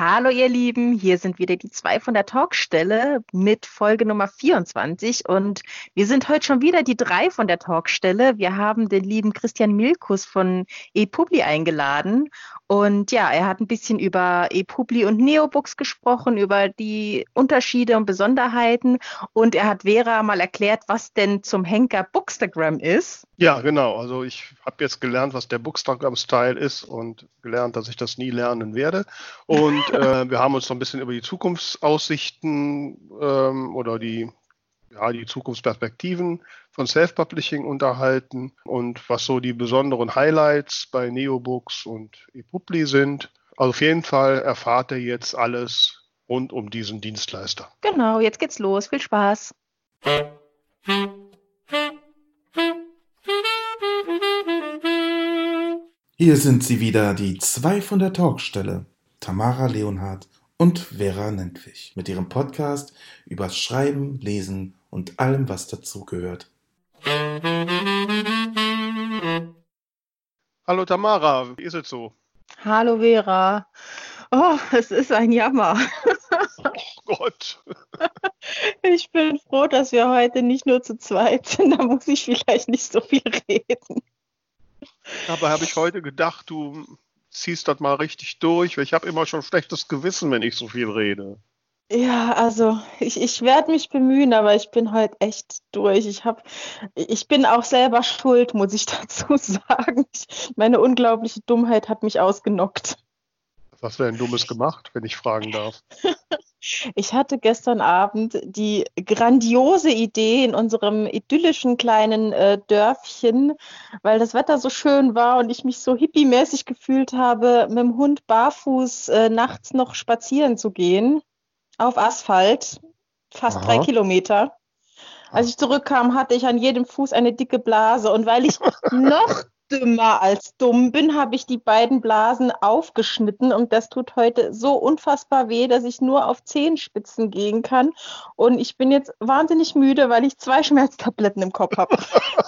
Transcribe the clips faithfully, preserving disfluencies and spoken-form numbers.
Hallo ihr Lieben, hier sind wieder die zwei von der Talkstelle mit Folge Nummer vierundzwanzig und wir sind heute schon wieder die drei von der Talkstelle. Wir haben den lieben Christian Milkus von ePubli eingeladen und ja, er hat ein bisschen über ePubli und Neobooks gesprochen, über die Unterschiede und Besonderheiten und er hat Vera mal erklärt, was denn zum Henker Bookstagram ist. Ja, genau. Also ich habe jetzt gelernt, was der Bookstagram-Style ist und gelernt, dass ich das nie lernen werde. Und äh, wir haben uns noch ein bisschen über die Zukunftsaussichten ähm, oder die, ja, die Zukunftsperspektiven von Self-Publishing unterhalten und was so die besonderen Highlights bei Neobooks und ePubli sind. Also auf jeden Fall erfahrt ihr jetzt alles rund um diesen Dienstleister. Genau, jetzt geht's los. Viel Spaß. Hier sind sie wieder, die zwei von der Talkstelle, Tamara Leonhardt und Vera Nentwich, mit ihrem Podcast übers Schreiben, Lesen und allem, was dazugehört. Hallo Tamara, wie ist es so? Hallo Vera. Oh, es ist ein Jammer. Oh Gott. Ich bin froh, dass wir heute nicht nur zu zweit sind. Da muss ich vielleicht nicht so viel reden. Dabei habe ich heute gedacht, du ziehst das mal richtig durch, weil ich habe immer schon schlechtes Gewissen, wenn ich so viel rede. Ja, also ich, ich werde mich bemühen, aber ich bin heute echt durch. Ich hab, ich bin auch selber schuld, muss ich dazu sagen. Ich, meine unglaubliche Dummheit hat mich ausgenockt. Was wäre denn Dummes gemacht, wenn ich fragen darf? Ich hatte gestern Abend die grandiose Idee in unserem idyllischen kleinen äh, Dörfchen, weil das Wetter so schön war und ich mich so hippiemäßig gefühlt habe, mit dem Hund barfuß äh, nachts noch spazieren zu gehen. Auf Asphalt, fast Aha. drei Kilometer. Als ich zurückkam, hatte ich an jedem Fuß eine dicke Blase. Und weil ich noch dümmer als dumm bin, habe ich die beiden Blasen aufgeschnitten. Und das tut heute so unfassbar weh, dass ich nur auf Zehenspitzen gehen kann. Und ich bin jetzt wahnsinnig müde, weil ich zwei Schmerztabletten im Kopf habe.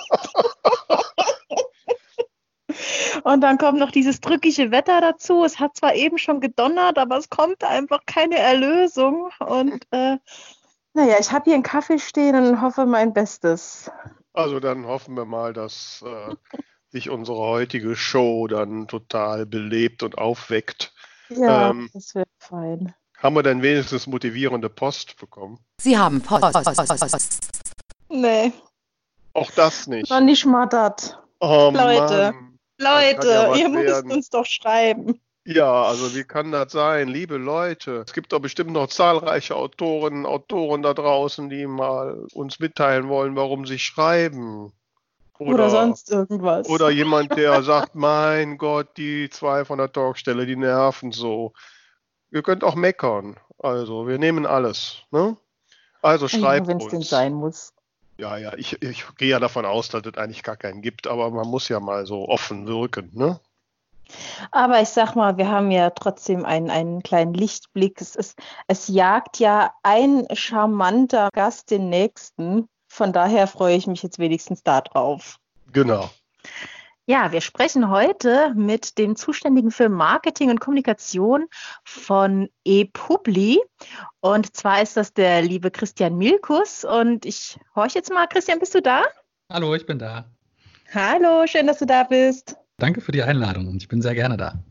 Und dann kommt noch dieses drückige Wetter dazu. Es hat zwar eben schon gedonnert, aber es kommt einfach keine Erlösung. Und äh, naja, ich habe hier einen Kaffee stehen und hoffe mein Bestes. Also dann hoffen wir mal, dass äh, sich unsere heutige Show dann total belebt und aufweckt. Ja, Ähm, das wird fein. haben wir denn wenigstens motivierende Post bekommen? Sie haben Post. Nee, Auch das nicht. noch nicht mal das. Oh Leute, Mann. Das kann Leute, ja was ihr müsst werden. uns doch schreiben. Ja, also wie kann das sein, liebe Leute? Es gibt doch bestimmt noch zahlreiche Autorinnen, Autoren da draußen, die mal uns mitteilen wollen, warum sie schreiben. Oder, sonst irgendwas. Oder jemand, der sagt, mein Gott, die zwei von der Talkstelle, die nerven so. Ihr könnt auch meckern. Also, wir nehmen alles. Ne? Also schreibt wenn es denn uns. sein muss. Ja, ja, ich, ich gehe ja davon aus, dass es eigentlich gar keinen gibt, aber man muss ja mal so offen wirken, ne? Aber ich sag mal, wir haben ja trotzdem einen, einen kleinen Lichtblick. Es, ist, es jagt ja ein charmanter Gast den nächsten. Von daher freue ich mich jetzt wenigstens darauf. Genau. Ja, wir sprechen heute mit dem Zuständigen für Marketing und Kommunikation von ePubli. Und zwar ist das der liebe Christian Milkus. Und ich horche jetzt mal, Christian, bist du da? Hallo, ich bin da. Hallo, schön, dass du da bist. Danke für die Einladung und ich bin sehr gerne da.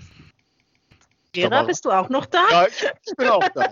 Vera, bist du auch noch da? Ja, ich, ich bin auch da.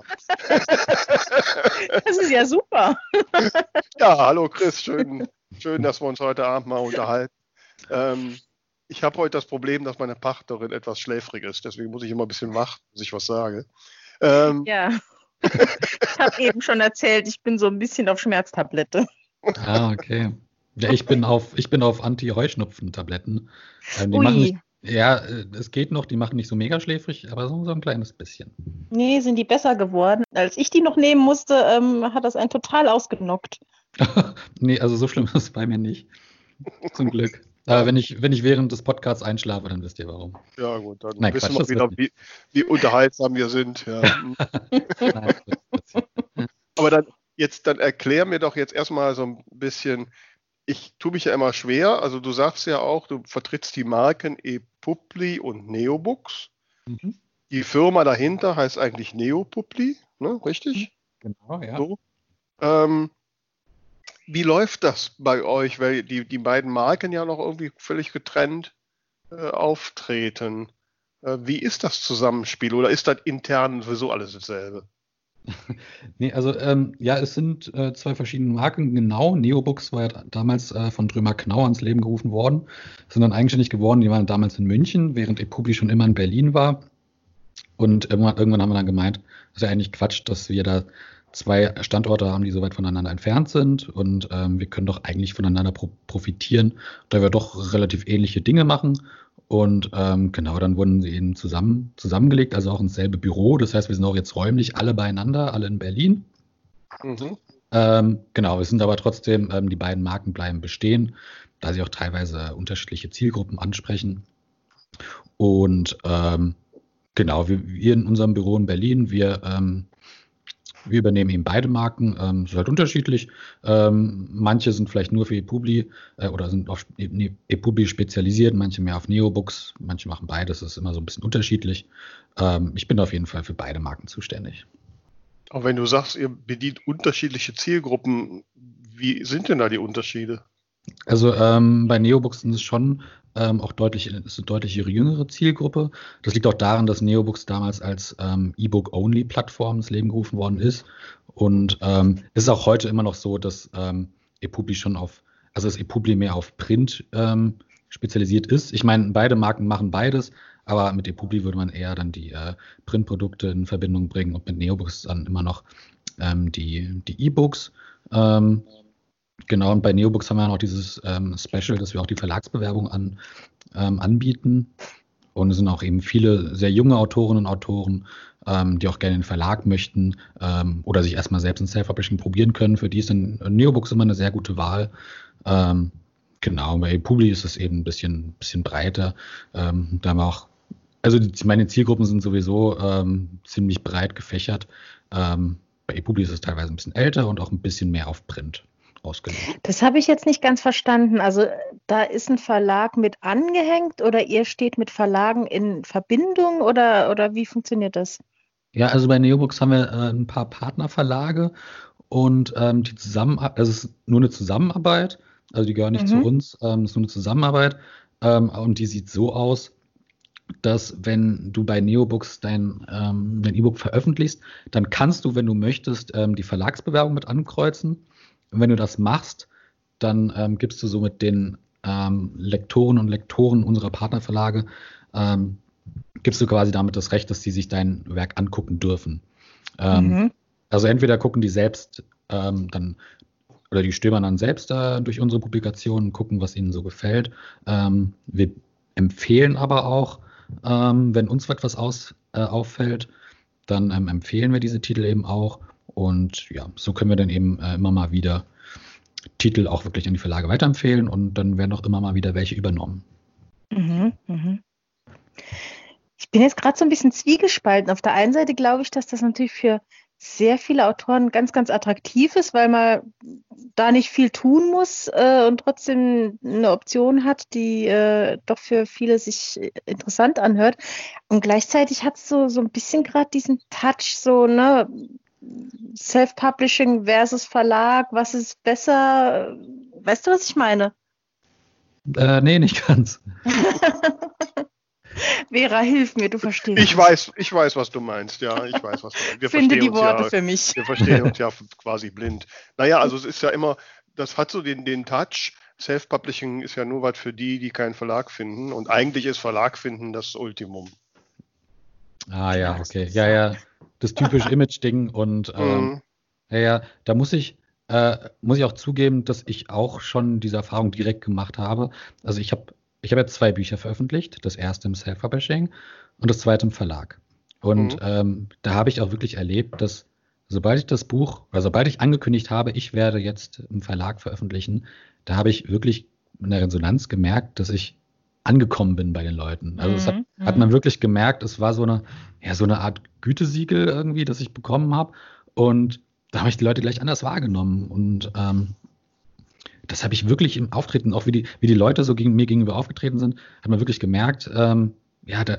Das ist ja super. Ja, hallo Chris, schön, schön, dass wir uns heute Abend mal unterhalten. Ähm, ich habe heute das Problem, dass meine Partnerin etwas schläfrig ist, deswegen muss ich immer ein bisschen wach, bis ich was sage. Ähm, Ja, ich habe eben schon erzählt, ich bin so ein bisschen auf Schmerztablette. Ah, okay. Ja, ich bin auf, ich bin auf Anti-Heuschnupfen-Tabletten. Ähm, die Ui. machen nicht, ja, äh, es geht noch, die machen nicht so mega schläfrig, aber so, so ein kleines bisschen. Nee, sind die besser geworden. Als ich die noch nehmen musste, ähm, hat das einen total ausgenockt. Nee, also so schlimm ist es bei mir nicht. Zum Glück. Aber wenn ich, wenn ich während des Podcasts einschlafe, dann wisst ihr warum. ja gut, dann Nein, wissen Quatsch, wir das wieder, wird wie, wie unterhaltsam wir sind. Ja. Nein, das wird- Aber dann, jetzt, dann erklär mir doch jetzt erstmal so ein bisschen, ich tue mich ja immer schwer, also du sagst ja auch, du vertrittst die Marken ePubli und Neobooks. Mhm. Die Firma dahinter heißt eigentlich Neopubli, ne? Richtig? Genau, ja. So. Ähm, wie läuft das bei euch, weil die, die beiden Marken ja noch irgendwie völlig getrennt äh, auftreten? Äh, wie ist das Zusammenspiel oder ist das intern sowieso alles dasselbe? Nee, also ähm, ja, es sind äh, zwei verschiedene Marken, genau. Neobooks war ja damals äh, von Drömer Knauer ans Leben gerufen worden, sind dann eigenständig geworden, die waren damals in München, während ePubli schon immer in Berlin war. Und irgendwann, irgendwann haben wir dann gemeint, das ist ja eigentlich Quatsch, dass wir da zwei Standorte haben, die so weit voneinander entfernt sind und ähm, wir können doch eigentlich voneinander pro- profitieren, da wir doch relativ ähnliche Dinge machen. Und ähm, genau, dann wurden sie eben zusammen, zusammengelegt, also auch ins selbe Büro. Das heißt, wir sind auch jetzt räumlich alle beieinander, alle in Berlin. Mhm. Ähm, genau, es sind aber trotzdem, ähm, die beiden Marken bleiben bestehen, da sie auch teilweise unterschiedliche Zielgruppen ansprechen. Und ähm, genau, wir, wir in unserem Büro in Berlin, wir, ähm, wir übernehmen eben beide Marken. Ähm, es ist halt unterschiedlich. Ähm, manche sind vielleicht nur für ePubli äh, oder sind auf e- ePubli spezialisiert, manche mehr auf Neobooks, manche machen beides. Das ist immer so ein bisschen unterschiedlich. Ähm, ich bin auf jeden Fall für beide Marken zuständig. Auch wenn du sagst, ihr bedient unterschiedliche Zielgruppen, wie sind denn da die Unterschiede? Also ähm, bei Neobooks sind es schon ähm, auch deutlich, ist eine deutlich jüngere Zielgruppe. Das liegt auch daran, dass Neobooks damals als ähm, E-Book-Only-Plattform ins Leben gerufen worden ist. Und ähm, es ist auch heute immer noch so, dass ähm, ePubli schon auf, also dass ePubli mehr auf Print ähm, spezialisiert ist. Ich meine, beide Marken machen beides, aber mit ePubli würde man eher dann die äh, Printprodukte in Verbindung bringen und mit Neobooks dann immer noch ähm, die, die E-Books. Ähm, Genau, und bei Neobooks haben wir noch dieses ähm, Special, dass wir auch die Verlagsbewerbung an, ähm, anbieten. Und es sind auch eben viele sehr junge Autorinnen und Autoren, ähm, die auch gerne in den Verlag möchten ähm, oder sich erstmal selbst in Self-Publishing probieren können. Für die ist ein Neobooks immer eine sehr gute Wahl. Ähm, genau, bei ePubli ist es eben ein bisschen, bisschen breiter. Ähm, da haben wir auch, also die, meine Zielgruppen sind sowieso ähm, ziemlich breit gefächert. Ähm, bei ePubli ist es teilweise ein bisschen älter und auch ein bisschen mehr auf Print ausgelegt. Das habe ich jetzt nicht ganz verstanden. Also da ist ein Verlag mit angehängt oder ihr steht mit Verlagen in Verbindung oder, oder wie funktioniert das? Ja, also bei Neobooks haben wir äh, ein paar Partnerverlage und ähm, die Zusammenarbeit, also es ist nur eine Zusammenarbeit, also die gehören nicht zu Mhm. uns, ähm, es ist nur eine Zusammenarbeit ähm, und die sieht so aus, dass wenn du bei Neobooks dein, ähm, dein E-Book veröffentlichst, dann kannst du, wenn du möchtest, ähm, die Verlagsbewerbung mit ankreuzen. Und wenn du das machst, dann ähm, gibst du somit den ähm, Lektoren und Lektoren unserer Partnerverlage, ähm, gibst du quasi damit das Recht, dass sie sich dein Werk angucken dürfen. Ähm, Mhm. Also entweder gucken die selbst ähm, dann oder die stöbern dann selbst äh, durch unsere Publikationen, gucken, was ihnen so gefällt. Ähm, wir empfehlen aber auch, ähm, wenn uns etwas aus, äh, auffällt, dann ähm, empfehlen wir diese Titel eben auch. Und ja, so können wir dann eben äh, immer mal wieder Titel auch wirklich an die Verlage weiterempfehlen und dann werden auch immer mal wieder welche übernommen. Mhm. Mhm. Ich bin jetzt gerade so ein bisschen zwiegespalten. Auf der einen Seite glaube ich, dass das natürlich für sehr viele Autoren ganz, ganz attraktiv ist, weil man da nicht viel tun muss äh, und trotzdem eine Option hat, die äh, doch für viele sich äh, interessant anhört. Und gleichzeitig hat es so, so ein bisschen gerade diesen Touch, so, ne, Self-Publishing versus Verlag, was ist besser? Weißt du, was ich meine? Äh, nee, nicht ganz. Vera, hilf mir, du verstehst Ich mich. weiß, ich weiß, was du meinst. Ja, ich weiß, was du meinst. Wir Finde verstehen die uns Worte ja, für mich. wir verstehen uns ja quasi blind. Naja, also es ist ja immer, das hat so den, den Touch. Self-Publishing ist ja nur was für die, die keinen Verlag finden. Und eigentlich ist Verlag finden das Ultimum. Ah ja, Ja, das okay. ist Ja, so. ja. Das typische Image-Ding und ähm, Mhm. ja, ja, da muss ich, äh, muss ich auch zugeben, dass ich auch schon diese Erfahrung direkt gemacht habe. Also ich habe ich hab jetzt zwei Bücher veröffentlicht, das erste im Self-Publishing und das zweite im Verlag. Und Mhm. ähm, da habe ich auch wirklich erlebt, dass sobald ich das Buch, oder sobald ich angekündigt habe, ich werde jetzt im Verlag veröffentlichen, da habe ich wirklich in der Resonanz gemerkt, dass ich angekommen bin bei den Leuten. Also es hat, Mhm. hat man wirklich gemerkt, es war so eine, ja, so eine Art Gütesiegel irgendwie, das ich bekommen habe. Und da habe ich die Leute gleich anders wahrgenommen. Und ähm, das habe ich wirklich im Auftreten, auch wie die, wie die Leute so gegen mir gegenüber aufgetreten sind, hat man wirklich gemerkt, ähm, ja, da, da,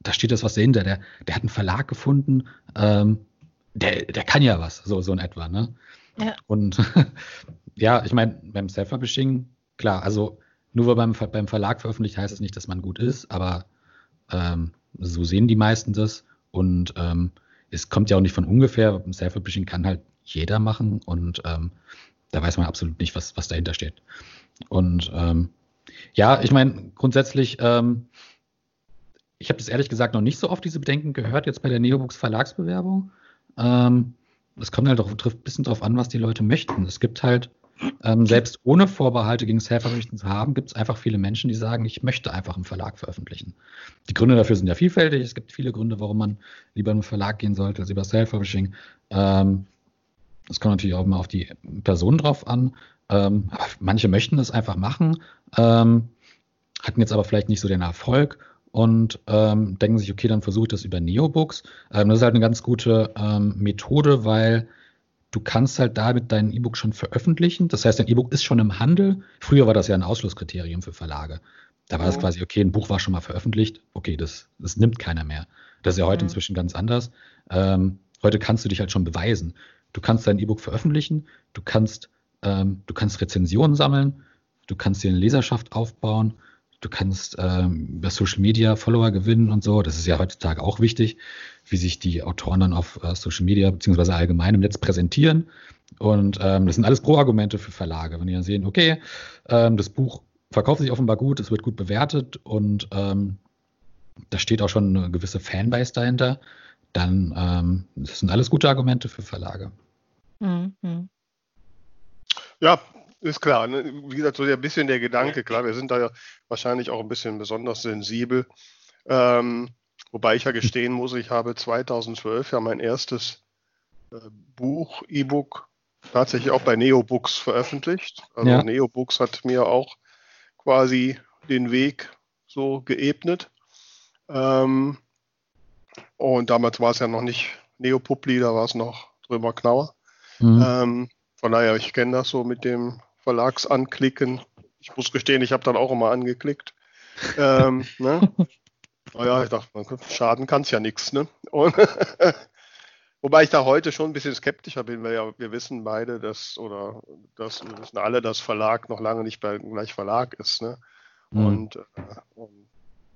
da steht das was dahinter, der, der hat einen Verlag gefunden, ähm, der, der kann ja was, so, so in etwa, ne? Ja. Und ja, ich meine, beim Self-Publishing, klar, also nur weil beim, beim Verlag veröffentlicht, heißt es nicht, dass man gut ist, aber ähm, so sehen die meisten das. Und ähm, es kommt ja auch nicht von ungefähr. Self-Publishing kann halt jeder machen und ähm, da weiß man absolut nicht, was, was dahinter steht. Und ähm, ja, ich meine, grundsätzlich, ähm, ich habe das ehrlich gesagt noch nicht so oft diese Bedenken gehört, jetzt bei der Neobooks Verlagsbewerbung. Ähm, es kommt halt auch ein bisschen drauf an, was die Leute möchten. Es gibt halt, ähm, selbst ohne Vorbehalte gegen Self-Publishing zu haben, gibt es einfach viele Menschen, die sagen, ich möchte einfach im Verlag veröffentlichen. Die Gründe dafür sind ja vielfältig. Es gibt viele Gründe, warum man lieber in einen Verlag gehen sollte als über Self-Publishing. Ähm, das kommt natürlich auch immer auf die Person drauf an. Ähm, aber manche möchten das einfach machen, ähm, hatten jetzt aber vielleicht nicht so den Erfolg und ähm, denken sich, okay, dann versuche ich das über Neobooks. Ähm, das ist halt eine ganz gute ähm, Methode, weil du kannst halt damit dein E-Book schon veröffentlichen. Das heißt, dein E-Book ist schon im Handel. Früher war das ja ein Ausschlusskriterium für Verlage. Da war es Mhm. quasi, okay, ein Buch war schon mal veröffentlicht. Okay, das, das nimmt keiner mehr. Das ist ja heute Mhm. inzwischen ganz anders. Ähm, heute kannst du dich halt schon beweisen. Du kannst dein E-Book veröffentlichen. Du kannst, ähm, du kannst Rezensionen sammeln. Du kannst dir eine Leserschaft aufbauen. Du kannst ähm, über Social Media Follower gewinnen und so. Das ist ja heutzutage auch wichtig, wie sich die Autoren dann auf äh, Social Media beziehungsweise allgemein im Netz präsentieren. Und ähm, das sind alles Pro-Argumente für Verlage. Wenn die dann sehen, okay, ähm, das Buch verkauft sich offenbar gut, es wird gut bewertet und ähm, da steht auch schon eine gewisse Fanbase dahinter, dann ähm, das sind alles gute Argumente für Verlage. Mhm. Ja, ist klar. Ne? Wie gesagt, so ein bisschen der Gedanke, klar, wir sind da ja wahrscheinlich auch ein bisschen besonders sensibel. Ähm, wobei ich ja gestehen muss, ich habe zweitausendzwölf ja mein erstes äh, Buch, E-Book, tatsächlich auch bei Neobooks veröffentlicht. Also Ja. Neobooks hat mir auch quasi den Weg so geebnet. Ähm, und damals war es ja noch nicht Neopubli, da war es noch Drömer Knauer. Mhm. Ähm, von daher, ich kenne das so mit dem Verlagsanklicken. Ich muss gestehen, ich habe dann auch immer angeklickt. Ähm, ne? Naja, ich dachte, man, schaden kann es ja nichts. Ne? Und wobei ich da heute schon ein bisschen skeptischer bin, weil ja, wir wissen beide, dass, oder das, wir wissen alle, dass Verlag noch lange nicht bei, gleich Verlag ist. Ne? Mhm. Und, äh, und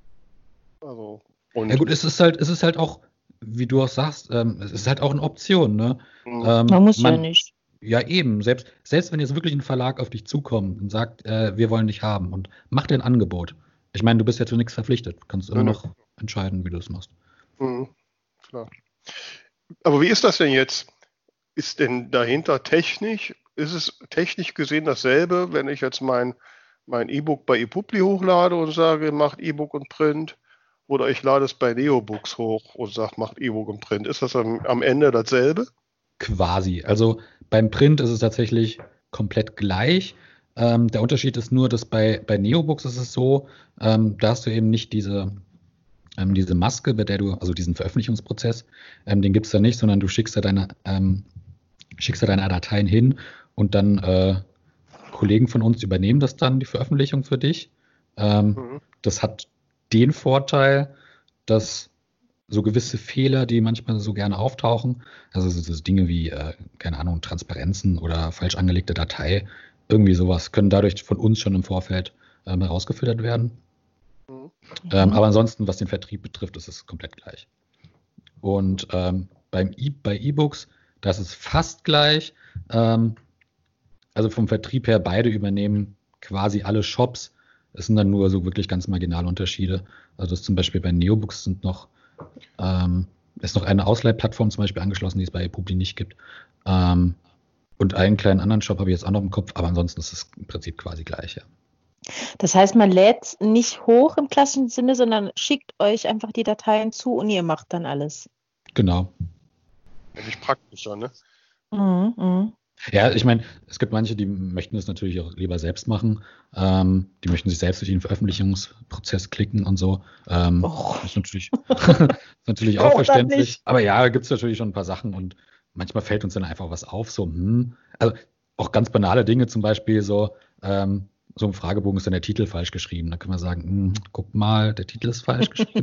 also und Ja gut, es ist halt, es ist halt auch, wie du auch sagst, ähm, es ist halt auch eine Option, ne? mh, Ähm, Man muss ja man, nicht. Ja, eben. Selbst, selbst wenn jetzt wirklich ein Verlag auf dich zukommt und sagt, äh, wir wollen dich haben und macht dir ein Angebot. Ich meine, du bist ja zu nichts verpflichtet. Du kannst immer Nö, nö. noch entscheiden, wie du es machst. mh, klar. Aber wie ist das denn jetzt? Ist denn dahinter technisch, ist es technisch gesehen dasselbe, wenn ich jetzt mein, mein E-Book bei ePubli hochlade und sage, macht E-Book und Print, oder ich lade es bei Neobooks hoch und sage, macht E-Book und Print. Ist das am, am Ende dasselbe? Quasi. Also beim Print ist es tatsächlich komplett gleich. Ähm, der Unterschied ist nur, dass bei, bei Neobooks ist es so, ähm, da hast du eben nicht diese, ähm, diese Maske, bei der du, also diesen Veröffentlichungsprozess, ähm, den gibt es da nicht, sondern du schickst da deine, ähm, schickst da deine Dateien hin und dann äh, Kollegen von uns übernehmen das dann, die Veröffentlichung für dich. Ähm, Mhm. das hat den Vorteil, dass so gewisse Fehler, die manchmal so gerne auftauchen, also so, so Dinge wie, äh, keine Ahnung, Transparenzen oder falsch angelegte Datei, irgendwie sowas, können dadurch von uns schon im Vorfeld ähm, herausgefiltert werden. Mhm. Ähm, aber ansonsten, was den Vertrieb betrifft, ist es komplett gleich. Und ähm, beim e bei E-Books, da ist es fast gleich. Ähm, also vom Vertrieb her, beide übernehmen quasi alle Shops. Es sind dann nur so wirklich ganz marginale Unterschiede. Also das zum Beispiel bei Neobooks sind noch ähm, ist noch eine Ausleihplattform zum Beispiel angeschlossen, die es bei ePubli nicht gibt. Ähm, und einen kleinen anderen Shop habe ich jetzt auch noch im Kopf, aber ansonsten ist es im Prinzip quasi gleich, ja. Das heißt, man lädt nicht hoch im klassischen Sinne, sondern schickt euch einfach die Dateien zu und ihr macht dann alles. Genau. Eigentlich praktischer, ne? Mhm, mhm. Ja, ich meine, es gibt manche, die möchten das natürlich auch lieber selbst machen. Ähm, die möchten sich selbst durch den Veröffentlichungsprozess klicken und so. Ähm, Och. ist natürlich, ist natürlich auch Braucht das verständlich. nicht. Aber ja, da gibt es natürlich schon ein paar Sachen und manchmal fällt uns dann einfach was auf. So, hm, also auch ganz banale Dinge, zum Beispiel so, ähm, so einem Fragebogen ist dann der Titel falsch geschrieben. Da können wir sagen, hm, guck mal, der Titel ist falsch geschrieben.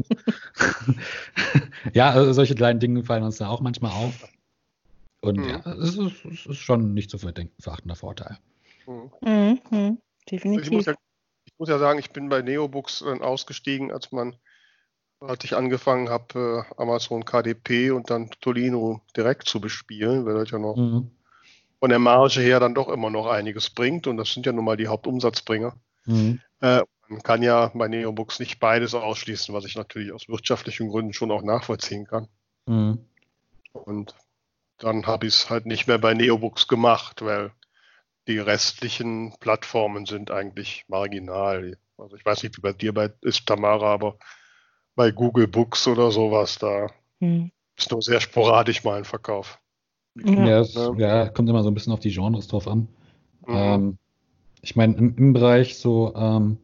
Ja, also solche kleinen Dinge fallen uns da auch manchmal auf. Und Mhm. ja, es ist, es ist schon nicht zu verdenk- verachtender Vorteil. Mhm. Mhm, Ich muss, definitiv. ja, ich muss ja sagen, ich bin bei Neobooks äh, ausgestiegen, als man, als ich angefangen habe, äh, Amazon K D P und dann Tolino direkt zu bespielen, weil das ja noch Mhm. von der Marge her dann doch immer noch einiges bringt. Und das sind ja nun mal die Hauptumsatzbringer. Mhm. Äh, man kann ja bei Neobooks nicht beides ausschließen, was ich natürlich aus wirtschaftlichen Gründen schon auch nachvollziehen kann. Mhm. Und dann habe ich es halt nicht mehr bei Neobooks gemacht, weil die restlichen Plattformen sind eigentlich marginal. Also ich weiß nicht, wie bei dir bei ist, Tamara, aber bei Google Books oder sowas, da Mhm. ist nur sehr sporadisch mal ein Verkauf. Ja. Ja, es Ja. ja, kommt immer so ein bisschen auf die Genres drauf an. Mhm. Ähm, ich meine, im, im Bereich so ähm,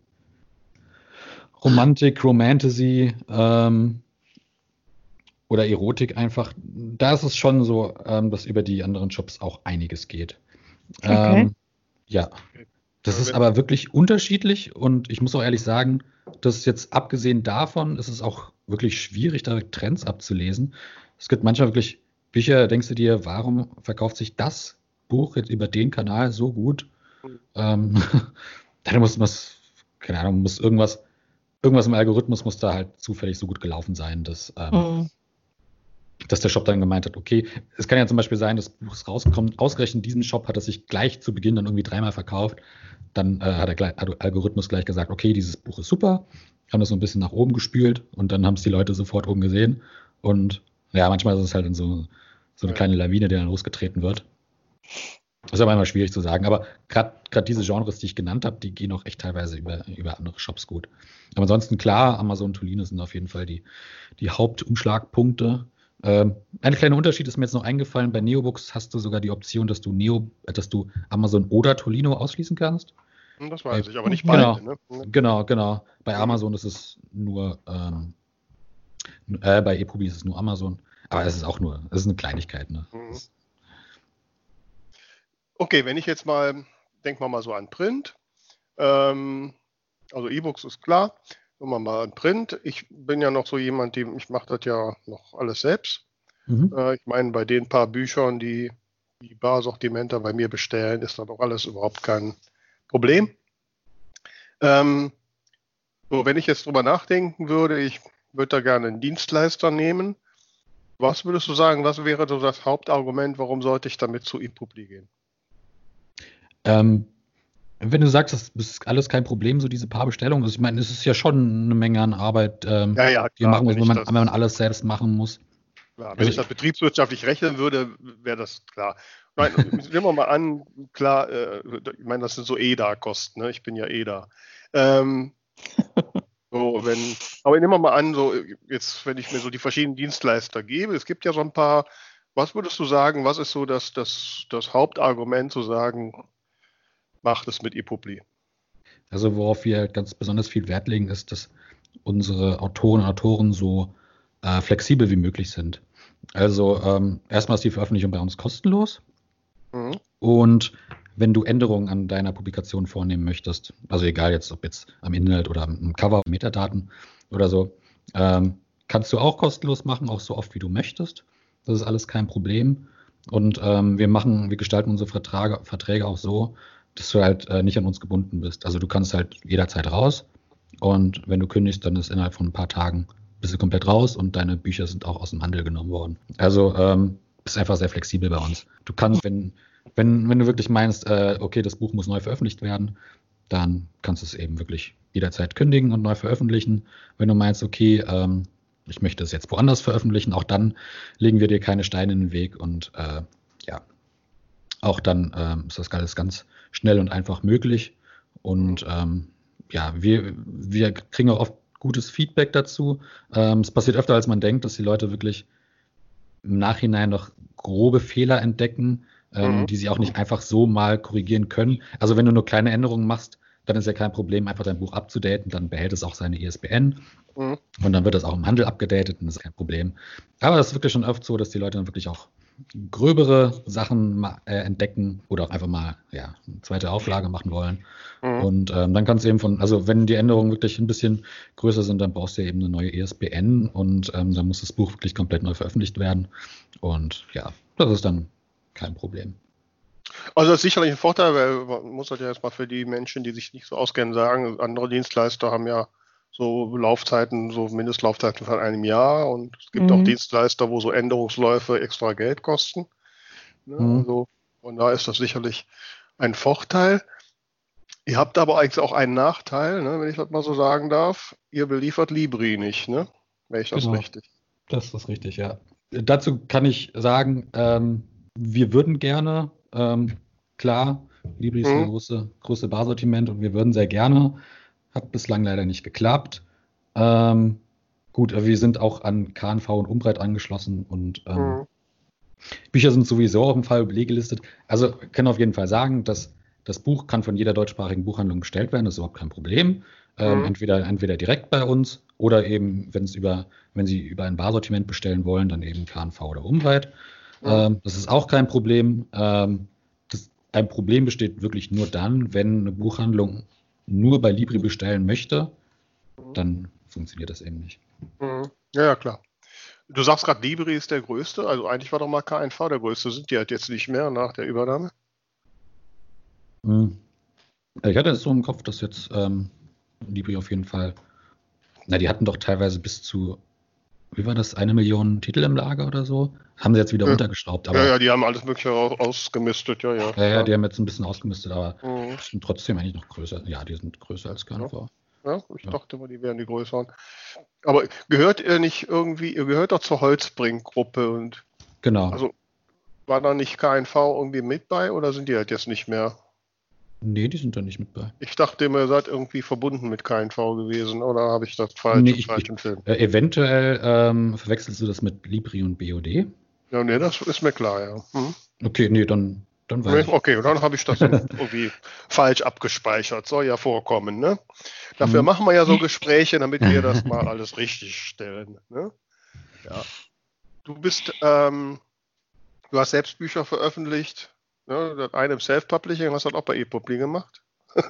Romantik, Romantasy ähm, oder Erotik einfach, da ist es schon so, ähm, dass über die anderen Shops auch einiges geht. Okay. Ähm, ja, das Ja, ist wenn- aber wirklich unterschiedlich und ich muss auch ehrlich sagen, dass jetzt abgesehen davon ist es auch wirklich schwierig, da Trends abzulesen. Es gibt manchmal wirklich Bücher, da denkst du dir, warum verkauft sich das Buch jetzt über den Kanal so gut? Ähm, dann muss man, keine Ahnung, muss irgendwas, irgendwas im Algorithmus muss da halt zufällig so gut gelaufen sein, dass, ähm, Mhm. dass der Shop dann gemeint hat, okay, es kann ja zum Beispiel sein, das Buch ist rausgekommen, ausgerechnet in diesem Shop hat es sich gleich zu Beginn dann irgendwie dreimal verkauft. Dann äh, hat der gleich, hat Algorithmus gleich gesagt, okay, dieses Buch ist super, haben das so ein bisschen nach oben gespült und dann haben es die Leute sofort oben gesehen. Und ja, manchmal ist es halt dann so, so eine Ja. kleine Lawine, die dann losgetreten wird. Das ist aber immer schwierig zu sagen. Aber gerade diese Genres, die ich genannt habe, die gehen auch echt teilweise über, über andere Shops gut. Aber ansonsten klar, Amazon, Tolino sind auf jeden Fall die, die Hauptumschlagpunkte. Ähm, ein kleiner Unterschied ist mir jetzt noch eingefallen. Bei Neobooks hast du sogar die Option, dass du Neo, äh, dass du Amazon oder Tolino ausschließen kannst. Das weiß ich, aber nicht Genau. beide. Ne? Genau, genau. Bei Mhm. Amazon ist es nur, ähm, äh, bei ePubi ist es nur Amazon. Aber es ist auch nur, es ist eine Kleinigkeit. Ne? Mhm. Das, Okay, wenn ich jetzt mal, denken wir mal so an Print. Ähm, also E-Books ist klar. Wenn wir mal an Print. Ich bin ja noch so jemand, die, ich mache das ja noch alles selbst. mhm. Äh, ich meine, bei den paar Büchern, die die Barsortimenter bei mir bestellen, ist das auch alles überhaupt kein Problem. Ähm, so, wenn ich jetzt drüber nachdenken würde, ich würde da gerne einen Dienstleister nehmen. Was würdest du sagen, was wäre so das Hauptargument, warum sollte ich damit zu ePubli gehen? Ähm, wenn du sagst, das ist alles kein Problem, so diese paar Bestellungen, also ich meine, es ist ja schon eine Menge an Arbeit, ähm, Ja, ja, die man machen muss, wenn wenn ich man, das- wenn man alles selbst machen muss. Klar, wenn Also ich das betriebswirtschaftlich rechnen würde, wäre das klar. Nein, nehmen wir mal an, klar, äh, ich meine, das sind so E D A-Kosten, ne? Ich bin ja E D A. Ähm, so, wenn, aber nehmen wir mal an, so jetzt, wenn ich mir so die verschiedenen Dienstleister gebe, es gibt ja so ein paar, was würdest du sagen, was ist so das, das, das Hauptargument zu sagen, mach das mit ePubli? Also worauf wir ganz besonders viel Wert legen, ist, dass unsere Autoren und Autoren so äh, flexibel wie möglich sind. Also ähm, erstmal ist die Veröffentlichung bei uns kostenlos Mhm. und wenn du Änderungen an deiner Publikation vornehmen möchtest, also egal jetzt, ob jetzt am Inhalt oder am Cover, Metadaten oder so, ähm, kannst du auch kostenlos machen, auch so oft wie du möchtest. Das ist alles kein Problem. Und ähm, wir machen, wir gestalten unsere Verträge, Verträge auch so, dass du halt äh, nicht an uns gebunden bist. Also du kannst halt jederzeit raus und wenn du kündigst, dann ist innerhalb von ein paar Tagen bist du komplett raus und deine Bücher sind auch aus dem Handel genommen worden. Also ähm, bist einfach sehr flexibel bei uns. Du kannst, wenn, wenn, wenn du wirklich meinst, äh, okay, das Buch muss neu veröffentlicht werden, dann kannst du es eben wirklich jederzeit kündigen und neu veröffentlichen. Wenn du meinst, okay, ähm, ich möchte es jetzt woanders veröffentlichen, auch dann legen wir dir keine Steine in den Weg und äh, ja, auch dann ähm, ist das alles ganz schnell und einfach möglich. Und ähm, ja, wir, wir kriegen auch oft gutes Feedback dazu. Ähm, es passiert öfter, als man denkt, dass die Leute wirklich im Nachhinein noch grobe Fehler entdecken, ähm, Mhm. die sie auch nicht einfach so mal korrigieren können. Also wenn du nur kleine Änderungen machst, dann ist ja kein Problem, einfach dein Buch abzudaten, dann behält es auch seine I S B N Mhm. und dann wird das auch im Handel abgedatet und das ist kein Problem. Aber es ist wirklich schon oft so, dass die Leute dann wirklich auch gröbere Sachen mal, äh, entdecken oder auch einfach mal ja, eine zweite Auflage machen wollen. Mhm. Und ähm, dann kannst du eben von, also wenn die Änderungen wirklich ein bisschen größer sind, dann brauchst du eben eine neue E S B N und ähm, dann muss das Buch wirklich komplett neu veröffentlicht werden. Und ja, das ist dann kein Problem. Also das ist sicherlich ein Vorteil, weil man muss halt ja erstmal für die Menschen, die sich nicht so auskennen, sagen, andere Dienstleister haben ja so Laufzeiten, so Mindestlaufzeiten von einem Jahr und es gibt mhm. auch Dienstleister, wo so Änderungsläufe extra Geld kosten. Ne? Mhm. Also von da ist das sicherlich ein Vorteil. Ihr habt aber eigentlich auch einen Nachteil, ne, wenn ich das mal so sagen darf. Ihr beliefert Libri nicht, ne? Wäre ich das genau. richtig? Das ist richtig, ja. Dazu kann ich sagen, ähm, wir würden gerne, ähm, klar, Libri ist mhm. ein große, große Barsortiment und wir würden sehr gerne. Hat bislang leider nicht geklappt. Ähm, gut, wir sind auch an K N V und Umbreit angeschlossen und ähm, mhm. Bücher sind sowieso auch im Fall Beleg gelistet. Also können auf jeden Fall sagen, dass das Buch kann von jeder deutschsprachigen Buchhandlung bestellt werden, das ist überhaupt kein Problem. Ähm, mhm. entweder, entweder direkt bei uns oder eben, wenn es über, wenn Sie über ein Barsortiment bestellen wollen, dann eben K N V oder Umbreit. Mhm. Ähm, das ist auch kein Problem. Ähm, das, ein Problem besteht wirklich nur dann, wenn eine Buchhandlung nur bei Libri bestellen möchte, dann funktioniert das eben nicht. Mhm. Ja, ja, klar. Du sagst gerade, Libri ist der größte, also eigentlich war doch mal K N V der größte, sind die halt jetzt nicht mehr nach der Übernahme? Hm. Ich hatte es so im Kopf, dass jetzt ähm, Libri auf jeden Fall, na, die hatten doch teilweise bis zu, wie war das, eine Million Titel im Lager oder so? Haben sie jetzt wieder ja. runtergeschraubt. Aber, ja, ja, die haben alles Mögliche ausgemistet, ja, ja. Ja, ja, die haben jetzt ein bisschen ausgemistet, aber mhm. sind trotzdem eigentlich noch größer. Ja, die sind größer als K N V. Ja, ja ich ja. dachte immer, die wären die größeren. Aber gehört ihr nicht irgendwie, ihr gehört doch zur Holzbrink-Gruppe und genau. Also war da nicht K N V irgendwie mit bei oder sind die halt jetzt nicht mehr? Nee, die sind da nicht mit bei. Ich dachte immer, ihr seid irgendwie verbunden mit K N V gewesen, oder habe ich das falsch, nee, ich, falsch ich, im Film? Äh, eventuell ähm, verwechselst du das mit Libri und B O D? Ja, nee, das ist mir klar, ja. Mhm. Okay, nee, dann, dann weiß nee, Okay, dann habe ich das irgendwie falsch abgespeichert. Soll ja vorkommen, ne? Dafür mhm. machen wir ja so Gespräche, damit wir das mal alles richtig stellen, ne? Ja. Du bist, ähm, du hast selbst Bücher veröffentlicht. Ne, das eine im Self-Publishing, hast du das auch bei ePubli gemacht?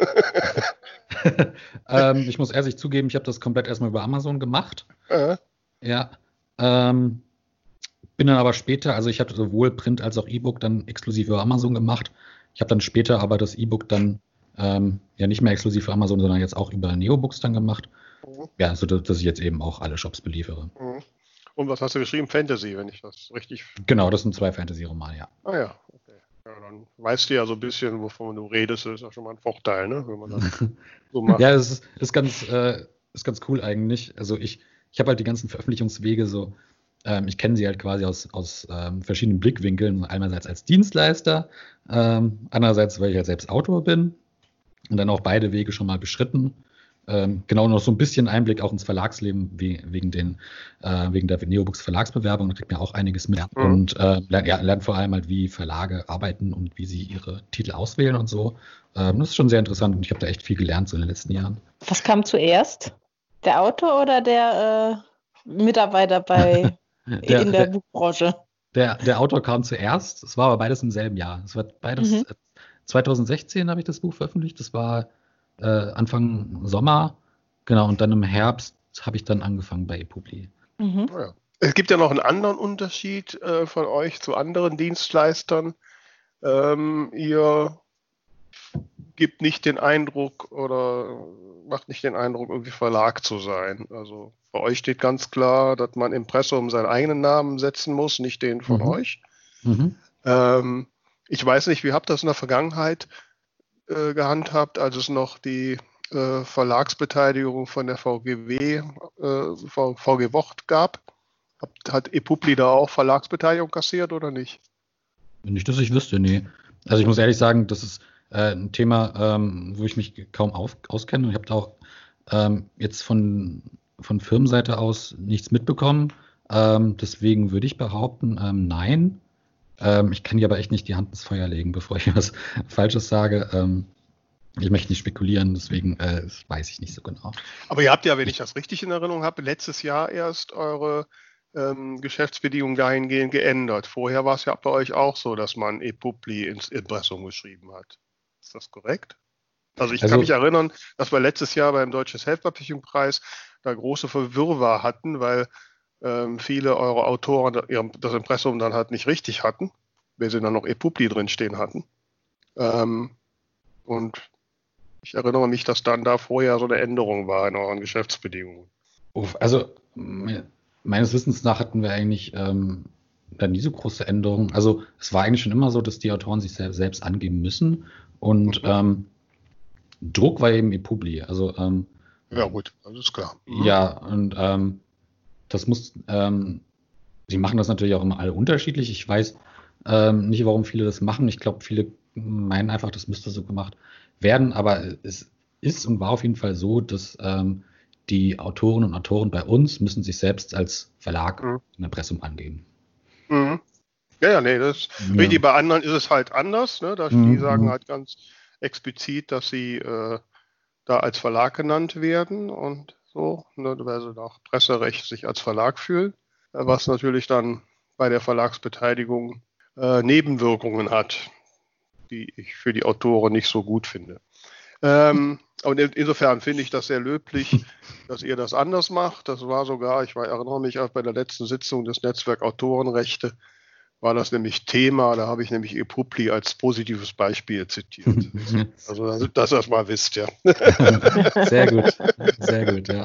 ähm, ich muss ehrlich zugeben, ich habe das komplett erstmal über Amazon gemacht. Äh. Ja. Ähm, bin dann aber später, also ich habe sowohl Print als auch E-Book dann exklusiv über Amazon gemacht. Ich habe dann später aber das E-Book dann ähm, ja nicht mehr exklusiv für Amazon, sondern jetzt auch über Neobooks dann gemacht. Mhm. Ja, so dass ich jetzt eben auch alle Shops beliefere. Mhm. Und was hast du geschrieben? Fantasy, wenn ich das richtig... Genau, das sind zwei Fantasy-Romane, ja. Ah ja, okay. Ja, dann weißt du ja so ein bisschen, wovon du redest. Das ist ja schon mal ein Vorteil, ne? Wenn man das so macht. Ja, das ist, ist, ganz, äh, ist ganz cool eigentlich. Also ich, ich habe halt die ganzen Veröffentlichungswege so, ähm, ich kenne sie halt quasi aus, aus ähm, verschiedenen Blickwinkeln. Einerseits als Dienstleister, ähm, andererseits, weil ich halt selbst Autor bin und dann auch beide Wege schon mal beschritten. Ähm, genau, noch so ein bisschen Einblick auch ins Verlagsleben we- wegen, den, äh, wegen der Neobooks Verlagsbewerbung. Da kriegt man auch einiges mit. Mhm. Und äh, lernt, ja, lernt vor allem halt, wie Verlage arbeiten und wie sie ihre Titel auswählen und so. Ähm, das ist schon sehr interessant und ich habe da echt viel gelernt so in den letzten Jahren. Was kam zuerst? Der Autor oder der äh, Mitarbeiter bei der, in der, der Buchbranche? Der, der Autor kam zuerst. Es war aber beides im selben Jahr. Es war beides mhm. zwanzig sechzehn habe ich das Buch veröffentlicht. Das war Äh, Anfang Sommer, genau, und dann im Herbst habe ich dann angefangen bei ePubli. Mhm. Ja. Es gibt ja noch einen anderen Unterschied äh, von euch zu anderen Dienstleistern. Ähm, ihr gibt nicht den Eindruck oder macht nicht den Eindruck, irgendwie Verlag zu sein. Also bei euch steht ganz klar, dass man im Impressum seinen eigenen Namen setzen muss, nicht den von mhm. euch. Mhm. Ähm, ich weiß nicht, wie habt ihr das in der Vergangenheit gehandhabt, als es noch die äh, Verlagsbeteiligung von der V G W, äh, V G Wort gab. Hat, hat ePubli da auch Verlagsbeteiligung kassiert oder nicht? Nicht, dass ich wüsste, nee. Also ich muss ehrlich sagen, das ist äh, ein Thema, ähm, wo ich mich kaum auf, auskenne. Ich habe da auch ähm, jetzt von, von Firmenseite aus nichts mitbekommen. Ähm, deswegen würde ich behaupten, ähm, nein. Ähm, ich kann hier aber echt nicht die Hand ins Feuer legen, bevor ich was Falsches sage. Ähm, ich möchte nicht spekulieren, deswegen äh, weiß ich nicht so genau. Aber ihr habt ja, wenn ich das richtig in Erinnerung habe, letztes Jahr erst eure ähm, Geschäftsbedingungen dahingehend geändert. Vorher war es ja bei euch auch so, dass man ePubli ins Impressum geschrieben hat. Ist das korrekt? Also ich Also- kann mich erinnern, dass wir letztes Jahr beim Deutschen Self-Publishing-Preis da große Verwirrung hatten, weil ähm, viele eurer Autoren ihr- das Impressum dann halt nicht richtig hatten, weil sie dann noch ePubli drinstehen hatten. Ähm, und ich erinnere mich, dass dann da vorher so eine Änderung war in euren Geschäftsbedingungen. Uff, Also me- meines Wissens nach hatten wir eigentlich ähm, da nie so große Änderungen. Also es war eigentlich schon immer so, dass die Autoren sich sel- selbst angeben müssen und Mhm. ähm, Druck war eben ePubli. Also ähm, Ja gut, das ist klar. Mhm. ja, und ähm, das muss, ähm, die machen das natürlich auch immer alle unterschiedlich. Ich weiß ähm, nicht, warum viele das machen. Ich glaube, viele meinen einfach, das müsste so gemacht werden. Aber es ist und war auf jeden Fall so, dass ähm, die Autorinnen und Autoren bei uns müssen sich selbst als Verlag Mhm. im Impressum angeben. Mhm. Ja, ja, nee, das ist Ja. richtig. Bei anderen ist es halt anders. Ne? Da die Mhm. sagen halt ganz explizit, dass sie äh, da als Verlag genannt werden und so, ne, weil sie nach Presserecht sich als Verlag fühlen, äh, was natürlich dann bei der Verlagsbeteiligung äh, Nebenwirkungen hat, die ich für die Autoren nicht so gut finde. Ähm, und in, insofern finde ich das sehr löblich, dass ihr das anders macht. Das war sogar, ich war, erinnere mich auch bei der letzten Sitzung des Netzwerk Autorenrechte, war das nämlich Thema, da habe ich nämlich ePubli als positives Beispiel zitiert. Also, dass, dass ihr das mal wisst, ja. Sehr gut, sehr gut, ja.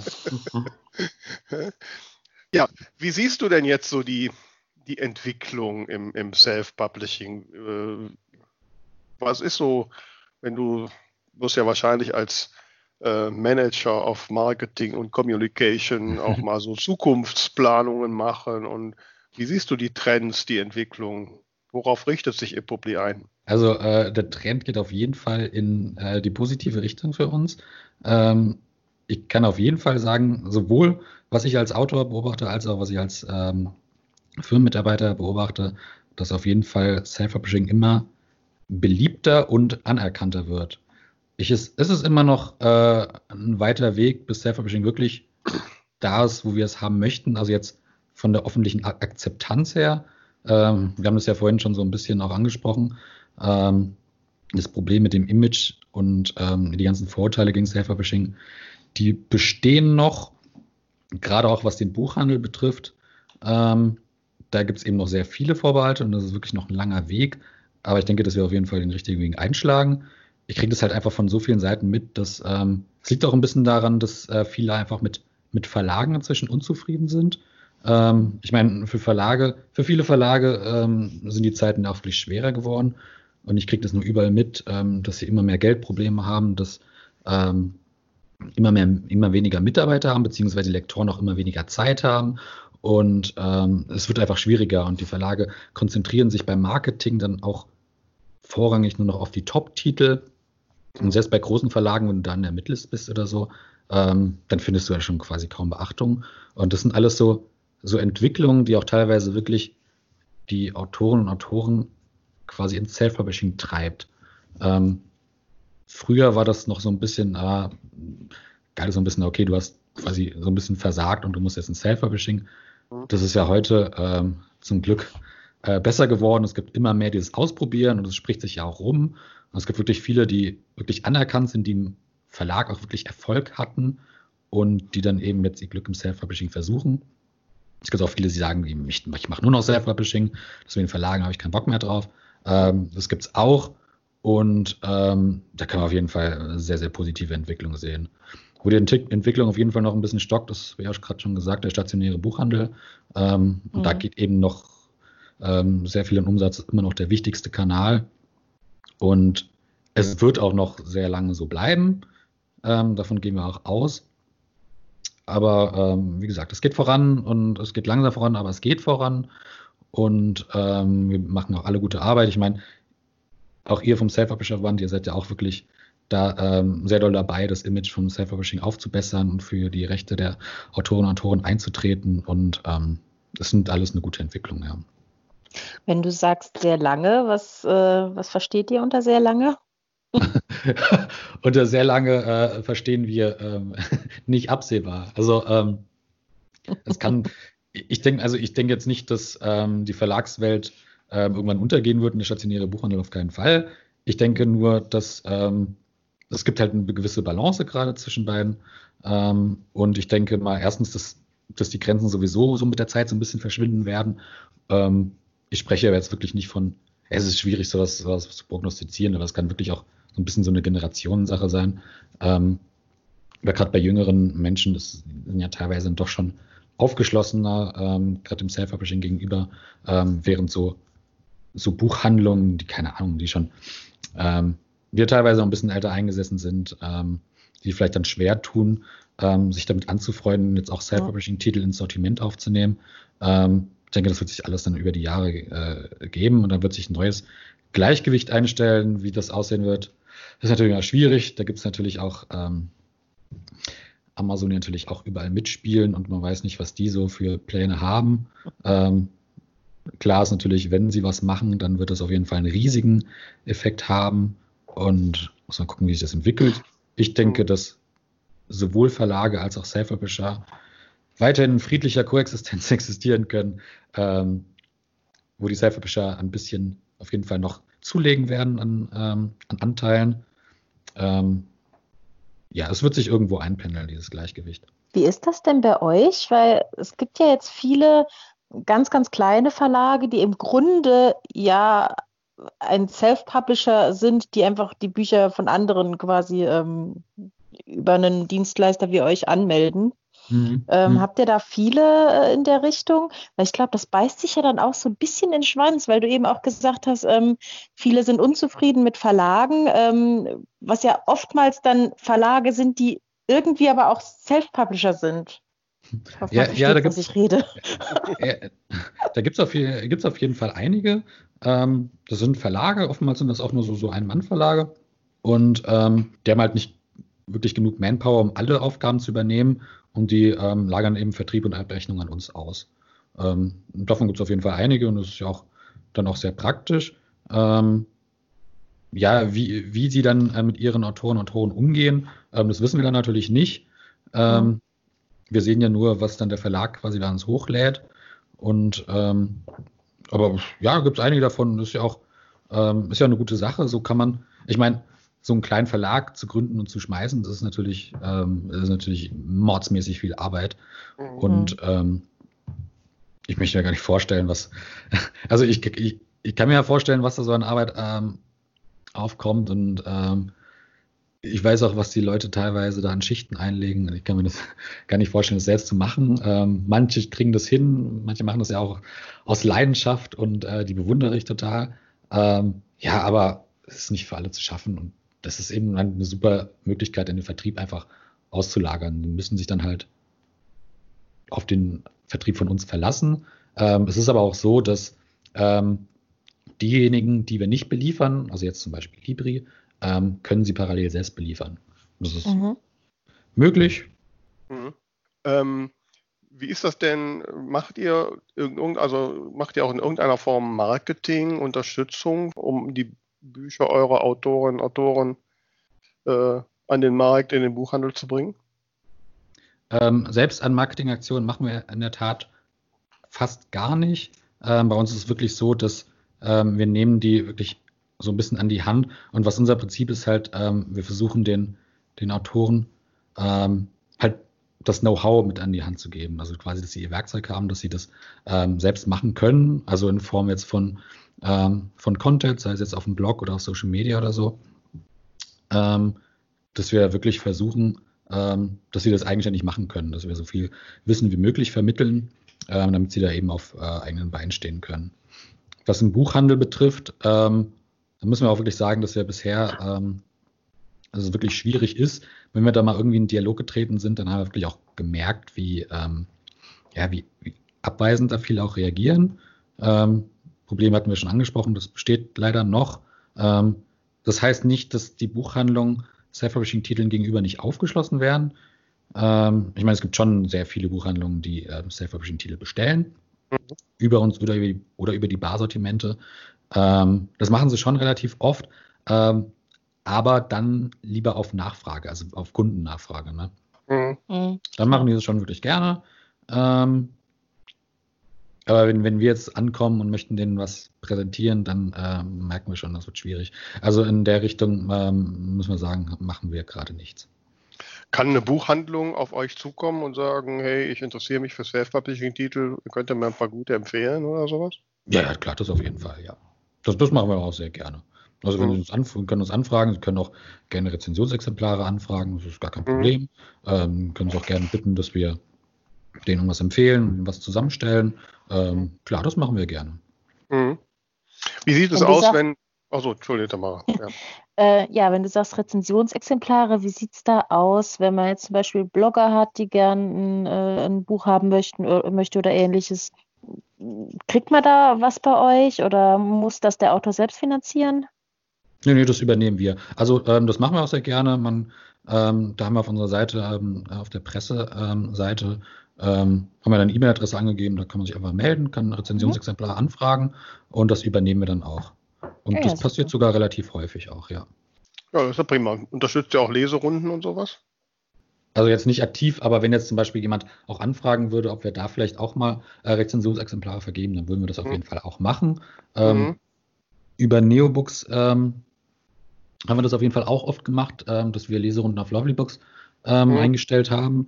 Ja, wie siehst du denn jetzt so die, die Entwicklung im, im Self-Publishing? Äh, was ist so, wenn du wirst ja wahrscheinlich als äh, Manager of Marketing und Communication auch mal so Zukunftsplanungen machen und wie siehst du die Trends, die Entwicklung? Worauf richtet sich ePubli ein? Also äh, der Trend geht auf jeden Fall in äh, die positive Richtung für uns. Ähm, ich kann auf jeden Fall sagen, sowohl was ich als Autor beobachte, als auch was ich als ähm, Firmenmitarbeiter beobachte, dass auf jeden Fall Self-Publishing immer beliebter und anerkannter wird. Ich ist, es ist immer noch äh, ein weiter Weg, bis Self-Publishing wirklich da ist, wo wir es haben möchten. Also jetzt von der öffentlichen A- Akzeptanz her. Ähm, wir haben das ja vorhin schon so ein bisschen auch angesprochen. Ähm, das Problem mit dem Image und ähm, die ganzen Vorurteile gegen Self-Publishing, die bestehen noch, gerade auch was den Buchhandel betrifft. Ähm, da gibt es eben noch sehr viele Vorbehalte und das ist wirklich noch ein langer Weg. Aber ich denke, dass wir auf jeden Fall den richtigen Weg einschlagen. Ich kriege das halt einfach von so vielen Seiten mit, dass ähm, es liegt auch ein bisschen daran, dass äh, viele einfach mit, mit Verlagen inzwischen unzufrieden sind. Ähm, ich meine, für Verlage, für viele Verlage ähm, sind die Zeiten auch wirklich schwerer geworden. Und ich kriege das nur überall mit, ähm, dass sie immer mehr Geldprobleme haben, dass ähm, immer mehr, immer weniger Mitarbeiter haben, beziehungsweise die Lektoren auch immer weniger Zeit haben. Und ähm, es wird einfach schwieriger und die Verlage konzentrieren sich beim Marketing dann auch vorrangig nur noch auf die Top-Titel. Und selbst bei großen Verlagen, wenn du da in der Mittelliste bist oder so, ähm, dann findest du ja schon quasi kaum Beachtung. Und das sind alles so, so Entwicklungen, die auch teilweise wirklich die Autoren und Autoren quasi ins Self-Publishing treibt. Ähm, früher war das noch so ein bisschen, ah, geil, so ein bisschen, okay, du hast quasi so ein bisschen versagt und du musst jetzt ins Self-Publishing. Das ist ja heute ähm, zum Glück äh, besser geworden. Es gibt immer mehr dieses Ausprobieren und es spricht sich ja auch rum. Und es gibt wirklich viele, die wirklich anerkannt sind, die im Verlag auch wirklich Erfolg hatten und die dann eben jetzt ihr Glück im Self-Publishing versuchen. Es gibt auch viele, die sagen, ich, ich mache nur noch Self-Publishing, deswegen Verlagen habe ich keinen Bock mehr drauf. Ähm, das gibt es auch und ähm, da kann man auf jeden Fall sehr, sehr positive Entwicklungen sehen. Wo die Ent- Entwicklung auf jeden Fall noch ein bisschen stockt, das habe ich auch gerade schon gesagt, der stationäre Buchhandel. Ähm, und Mhm. da geht eben noch ähm, sehr viel im Umsatz, immer noch der wichtigste Kanal. Und es wird auch noch sehr lange so bleiben. Ähm, davon gehen wir auch aus. Aber ähm, wie gesagt, es geht voran und es geht langsam voran, aber es geht voran. Und ähm, wir machen auch alle gute Arbeit. Ich meine, auch ihr vom Self-Publisher-Verband, ihr seid ja auch wirklich da ähm, sehr doll dabei, das Image vom Self-Publishing aufzubessern und für die Rechte der Autoren und Autoren einzutreten. Und ähm, das sind alles eine gute Entwicklung, ja. Wenn du sagst sehr lange, was, äh, was versteht ihr unter sehr lange? Unter sehr lange äh, verstehen wir ähm, nicht absehbar. Also ähm, es kann, ich denke, also ich denke jetzt nicht, dass ähm, die Verlagswelt ähm, irgendwann untergehen wird und der stationäre Buchhandel auf keinen Fall. Ich denke nur, dass ähm, es gibt halt eine gewisse Balance gerade zwischen beiden. Ähm, und ich denke mal erstens, dass, dass die Grenzen sowieso so mit der Zeit so ein bisschen verschwinden werden. Ähm, ich spreche aber jetzt wirklich nicht von, es ist schwierig, sowas, sowas zu prognostizieren, aber es kann wirklich auch so ein bisschen so eine Generationensache sein. Ähm, aber gerade bei jüngeren Menschen, das sind ja teilweise doch schon aufgeschlossener, ähm, gerade im Self-Publishing gegenüber, ähm, während so, so Buchhandlungen, die, keine Ahnung, die schon ähm, wir teilweise auch ein bisschen älter eingesessen sind, ähm, die vielleicht dann schwer tun, ähm, sich damit anzufreunden, jetzt auch Self-Publishing-Titel ins Sortiment aufzunehmen. Ähm, ich denke, das wird sich alles dann über die Jahre äh, geben und dann wird sich ein neues Gleichgewicht einstellen, wie das aussehen wird. Das ist natürlich auch schwierig. Da gibt es natürlich auch ähm, Amazon, die natürlich auch überall mitspielen und man weiß nicht, was die so für Pläne haben. Ähm, klar ist natürlich, wenn sie was machen, dann wird das auf jeden Fall einen riesigen Effekt haben und muss man gucken, wie sich das entwickelt. Ich denke, dass sowohl Verlage als auch Self-Publisher weiterhin in friedlicher Koexistenz existieren können, ähm, wo die Self-Publisher ein bisschen auf jeden Fall noch zulegen werden an, ähm, an Anteilen. Ähm, ja, es wird sich irgendwo einpendeln, dieses Gleichgewicht. Wie ist das denn bei euch? Weil es gibt ja jetzt viele ganz, ganz kleine Verlage, die im Grunde ja ein Self-Publisher sind, die einfach die Bücher von anderen quasi ähm, über einen Dienstleister wie euch anmelden. Mhm. Ähm, Mhm. habt ihr da viele äh, in der Richtung? Weil ich glaube, das beißt sich ja dann auch so ein bisschen in den Schwanz, weil du eben auch gesagt hast, ähm, viele sind unzufrieden mit Verlagen, ähm, was ja oftmals dann Verlage sind, die irgendwie aber auch Self-Publisher sind. Ich hoffe, Ja, man versteht, ja, da was gibt's- ich rede. Äh, Da gibt es auf, je- gibt's auf jeden Fall einige. Ähm, das sind Verlage, oftmals sind das auch nur so, so Ein-Mann-Verlage. Und ähm, die haben halt nicht wirklich genug Manpower, um alle Aufgaben zu übernehmen. Und die ähm, lagern eben Vertrieb und Abrechnung an uns aus. Ähm, und davon gibt es auf jeden Fall einige und das ist ja auch dann auch sehr praktisch. Ähm, ja, wie, wie sie dann äh, mit ihren Autoren und Autoren umgehen, ähm, das wissen wir dann natürlich nicht. Ähm, Mhm. Wir sehen ja nur, was dann der Verlag quasi da uns hochlädt. Und ähm, aber ja, gibt es einige davon. Das ist ja auch ähm, ist ja eine gute Sache. So kann man, ich meine, so einen kleinen Verlag zu gründen und zu schmeißen, das ist natürlich, ähm, das ist natürlich mordsmäßig viel Arbeit. Und ähm, ich möchte mir gar nicht vorstellen, was, also ich, ich, ich kann mir ja vorstellen, was da so an Arbeit ähm, aufkommt und ähm, ich weiß auch, was die Leute teilweise da an Schichten einlegen. Ich kann mir das gar nicht vorstellen, das selbst zu machen. Ähm, manche kriegen das hin, manche machen das ja auch aus Leidenschaft und äh, die bewundere ich total. Ähm, ja, aber es ist nicht für alle zu schaffen und das ist eben eine super Möglichkeit, in den Vertrieb einfach auszulagern. Die müssen sich dann halt auf den Vertrieb von uns verlassen. Ähm, es ist aber auch so, dass ähm, diejenigen, die wir nicht beliefern, also jetzt zum Beispiel Libri, ähm, können sie parallel selbst beliefern. Das ist Mhm. möglich. Mhm. Ähm, wie ist das denn? Macht ihr irgend, also macht ihr auch in irgendeiner Form Marketing, Unterstützung, um die Bücher eurer Autorinnen und Autoren äh, an den Markt, in den Buchhandel zu bringen? Ähm, selbst an Marketingaktionen machen wir in der Tat fast gar nicht. Ähm, bei uns ist es wirklich so, dass ähm, wir nehmen die wirklich so ein bisschen an die Hand. Und was unser Prinzip ist halt, ähm, wir versuchen den, den Autoren ähm, halt das Know-how mit an die Hand zu geben. Also quasi, dass sie ihr Werkzeug haben, dass sie das ähm, selbst machen können. Also in Form jetzt von, ähm, von Content, sei es jetzt auf dem Blog oder auf Social Media oder so. Ähm, dass wir wirklich versuchen, ähm, dass sie das eigenständig machen können, dass wir so viel Wissen wie möglich vermitteln, ähm, damit sie da eben auf äh, eigenen Beinen stehen können. Was den Buchhandel betrifft, ähm, da müssen wir auch wirklich sagen, dass wir bisher, ähm, also es wirklich schwierig ist, wenn wir da mal irgendwie in einen Dialog getreten sind, dann haben wir wirklich auch gemerkt, wie, ähm, ja, wie, wie abweisend da viele auch reagieren. Ähm, Problem hatten wir schon angesprochen, das besteht leider noch. Ähm, das heißt nicht, dass die Buchhandlung Self-Publishing-Titeln gegenüber nicht aufgeschlossen werden. Ähm, ich meine, es gibt schon sehr viele Buchhandlungen, die äh, Self-Publishing-Titel bestellen, mhm. über uns oder über die, oder über die Barsortimente. Ähm, das machen sie schon relativ oft, ähm, aber dann lieber auf Nachfrage, also auf Kundennachfrage. Ne? Mhm. Dann machen die das schon wirklich gerne. Ähm, Aber wenn, wenn wir jetzt ankommen und möchten denen was präsentieren, dann äh, merken wir schon, das wird schwierig. Also in der Richtung ähm, müssen wir sagen, machen wir gerade nichts. Kann eine Buchhandlung auf euch zukommen und sagen, hey, ich interessiere mich für Self-Publishing-Titel, könnt ihr mir ein paar gute empfehlen oder sowas? Ja, ja, klar, das auf jeden Fall, ja. Das, das machen wir auch sehr gerne. Also wenn Mhm. Sie uns anf- können uns anfragen, Sie können auch gerne Rezensionsexemplare anfragen, das ist gar kein Mhm. Problem. Ähm, können Sie auch gerne bitten, dass wir denen irgendwas empfehlen, ihnen was zusammenstellen. Ähm, klar, das machen wir gerne. Mhm. Wie sieht es Wenn du aus, sagst- wenn... Achso, Entschuldigung, Tamara. Ja. Äh, ja, wenn du sagst Rezensionsexemplare, wie sieht es da aus, wenn man jetzt zum Beispiel Blogger hat, die gern ein, äh, ein Buch haben möchten, äh, möchte oder ähnliches? Kriegt man da was bei euch oder muss das der Autor selbst finanzieren? Nee, nee, das übernehmen wir. Also ähm, das machen wir auch sehr gerne. Man, ähm, da haben wir auf unserer Seite, ähm, auf der Presseseite, ähm, haben wir dann eine E-Mail-Adresse angegeben, da kann man sich einfach melden, kann ein Rezensionsexemplar anfragen und das übernehmen wir dann auch. Und Ja, das ja, passiert super. sogar relativ häufig auch, ja. Ja, das ist ja prima. Unterstützt ihr auch Leserunden und sowas? Also jetzt nicht aktiv, aber wenn jetzt zum Beispiel jemand auch anfragen würde, ob wir da vielleicht auch mal äh, Rezensionsexemplare vergeben, dann würden wir das auf Mhm. jeden Fall auch machen. Ähm, Mhm. Über Neobooks ähm, haben wir das auf jeden Fall auch oft gemacht, ähm, dass wir Leserunden auf Lovelybooks ähm, Mhm. eingestellt haben.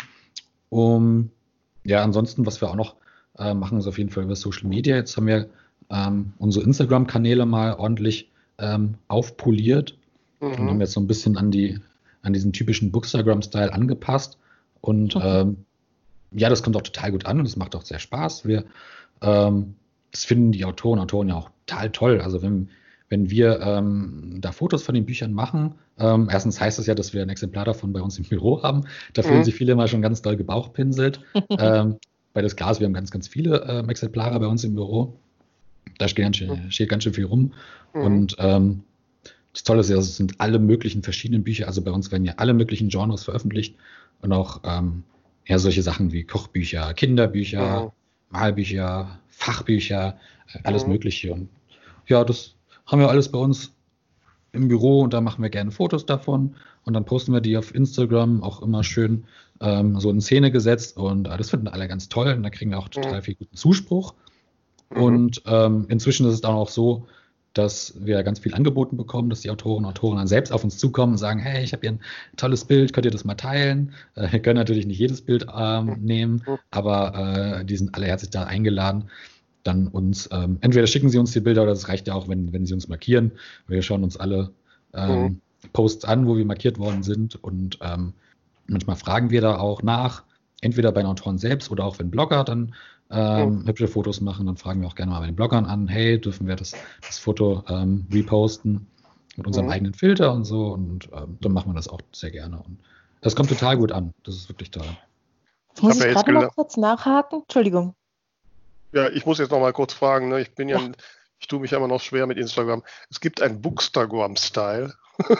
Um, ja, ansonsten, was wir auch noch äh, machen, ist auf jeden Fall über Social Media. Jetzt haben wir ähm, unsere Instagram-Kanäle mal ordentlich ähm, aufpoliert und haben Mhm. jetzt so ein bisschen an die an diesen typischen Bookstagram-Style angepasst. Und Mhm. ähm, ja, das kommt auch total gut an und es macht auch sehr Spaß. Wir, ähm, das finden die Autoren und Autoren ja auch total toll. Also wenn, wenn wir ähm, da Fotos von den Büchern machen, ähm, erstens heißt das ja, dass wir ein Exemplar davon bei uns im Büro haben. Da fühlen Mhm. sich viele mal schon ganz doll gebauchpinselt. ähm, bei das Glas, wir haben ganz, ganz viele ähm, Exemplare bei uns im Büro. Da steht ganz schön, steht ganz schön viel rum. Mhm. Und ähm, das Tolle ist ja, es sind alle möglichen verschiedenen Bücher. Also bei uns werden ja alle möglichen Genres veröffentlicht und auch ähm, ja, solche Sachen wie Kochbücher, Kinderbücher, Mhm. Malbücher, Fachbücher, äh, alles Mhm. Mögliche. Und ja, das haben wir alles bei uns im Büro und da machen wir gerne Fotos davon und dann posten wir die auf Instagram auch immer schön ähm, so in Szene gesetzt und äh, das finden alle ganz toll und da kriegen wir auch total viel guten Zuspruch. Mhm. Und ähm, inzwischen ist es dann auch so, dass wir ganz viel angeboten bekommen, dass die Autoren und Autoren dann selbst auf uns zukommen und sagen, hey, ich habe hier ein tolles Bild, könnt ihr das mal teilen? Äh, wir können natürlich nicht jedes Bild ähm, nehmen, Mhm. aber äh, die sind alle herzlich da eingeladen. Dann uns, ähm, entweder schicken sie uns die Bilder oder das reicht ja auch, wenn, wenn sie uns markieren. Wir schauen uns alle ähm, Mhm. Posts an, wo wir markiert worden sind und ähm, manchmal fragen wir da auch nach, entweder bei den Autoren selbst oder auch wenn Blogger dann ähm, hübsche Fotos machen, dann fragen wir auch gerne mal bei den Bloggern an, hey, dürfen wir das, das Foto ähm, reposten mit unserem Mhm. eigenen Filter und so und ähm, dann machen wir das auch sehr gerne und das kommt total gut an, das ist wirklich toll. Jetzt muss hab ich ja jetzt gerade noch gela- kurz nachhaken. Entschuldigung. Ja, ich muss jetzt noch mal kurz fragen. Ne? Ich bin ja, Ja. ich tue mich ja immer noch schwer mit Instagram. Es gibt einen Bookstagram-Style.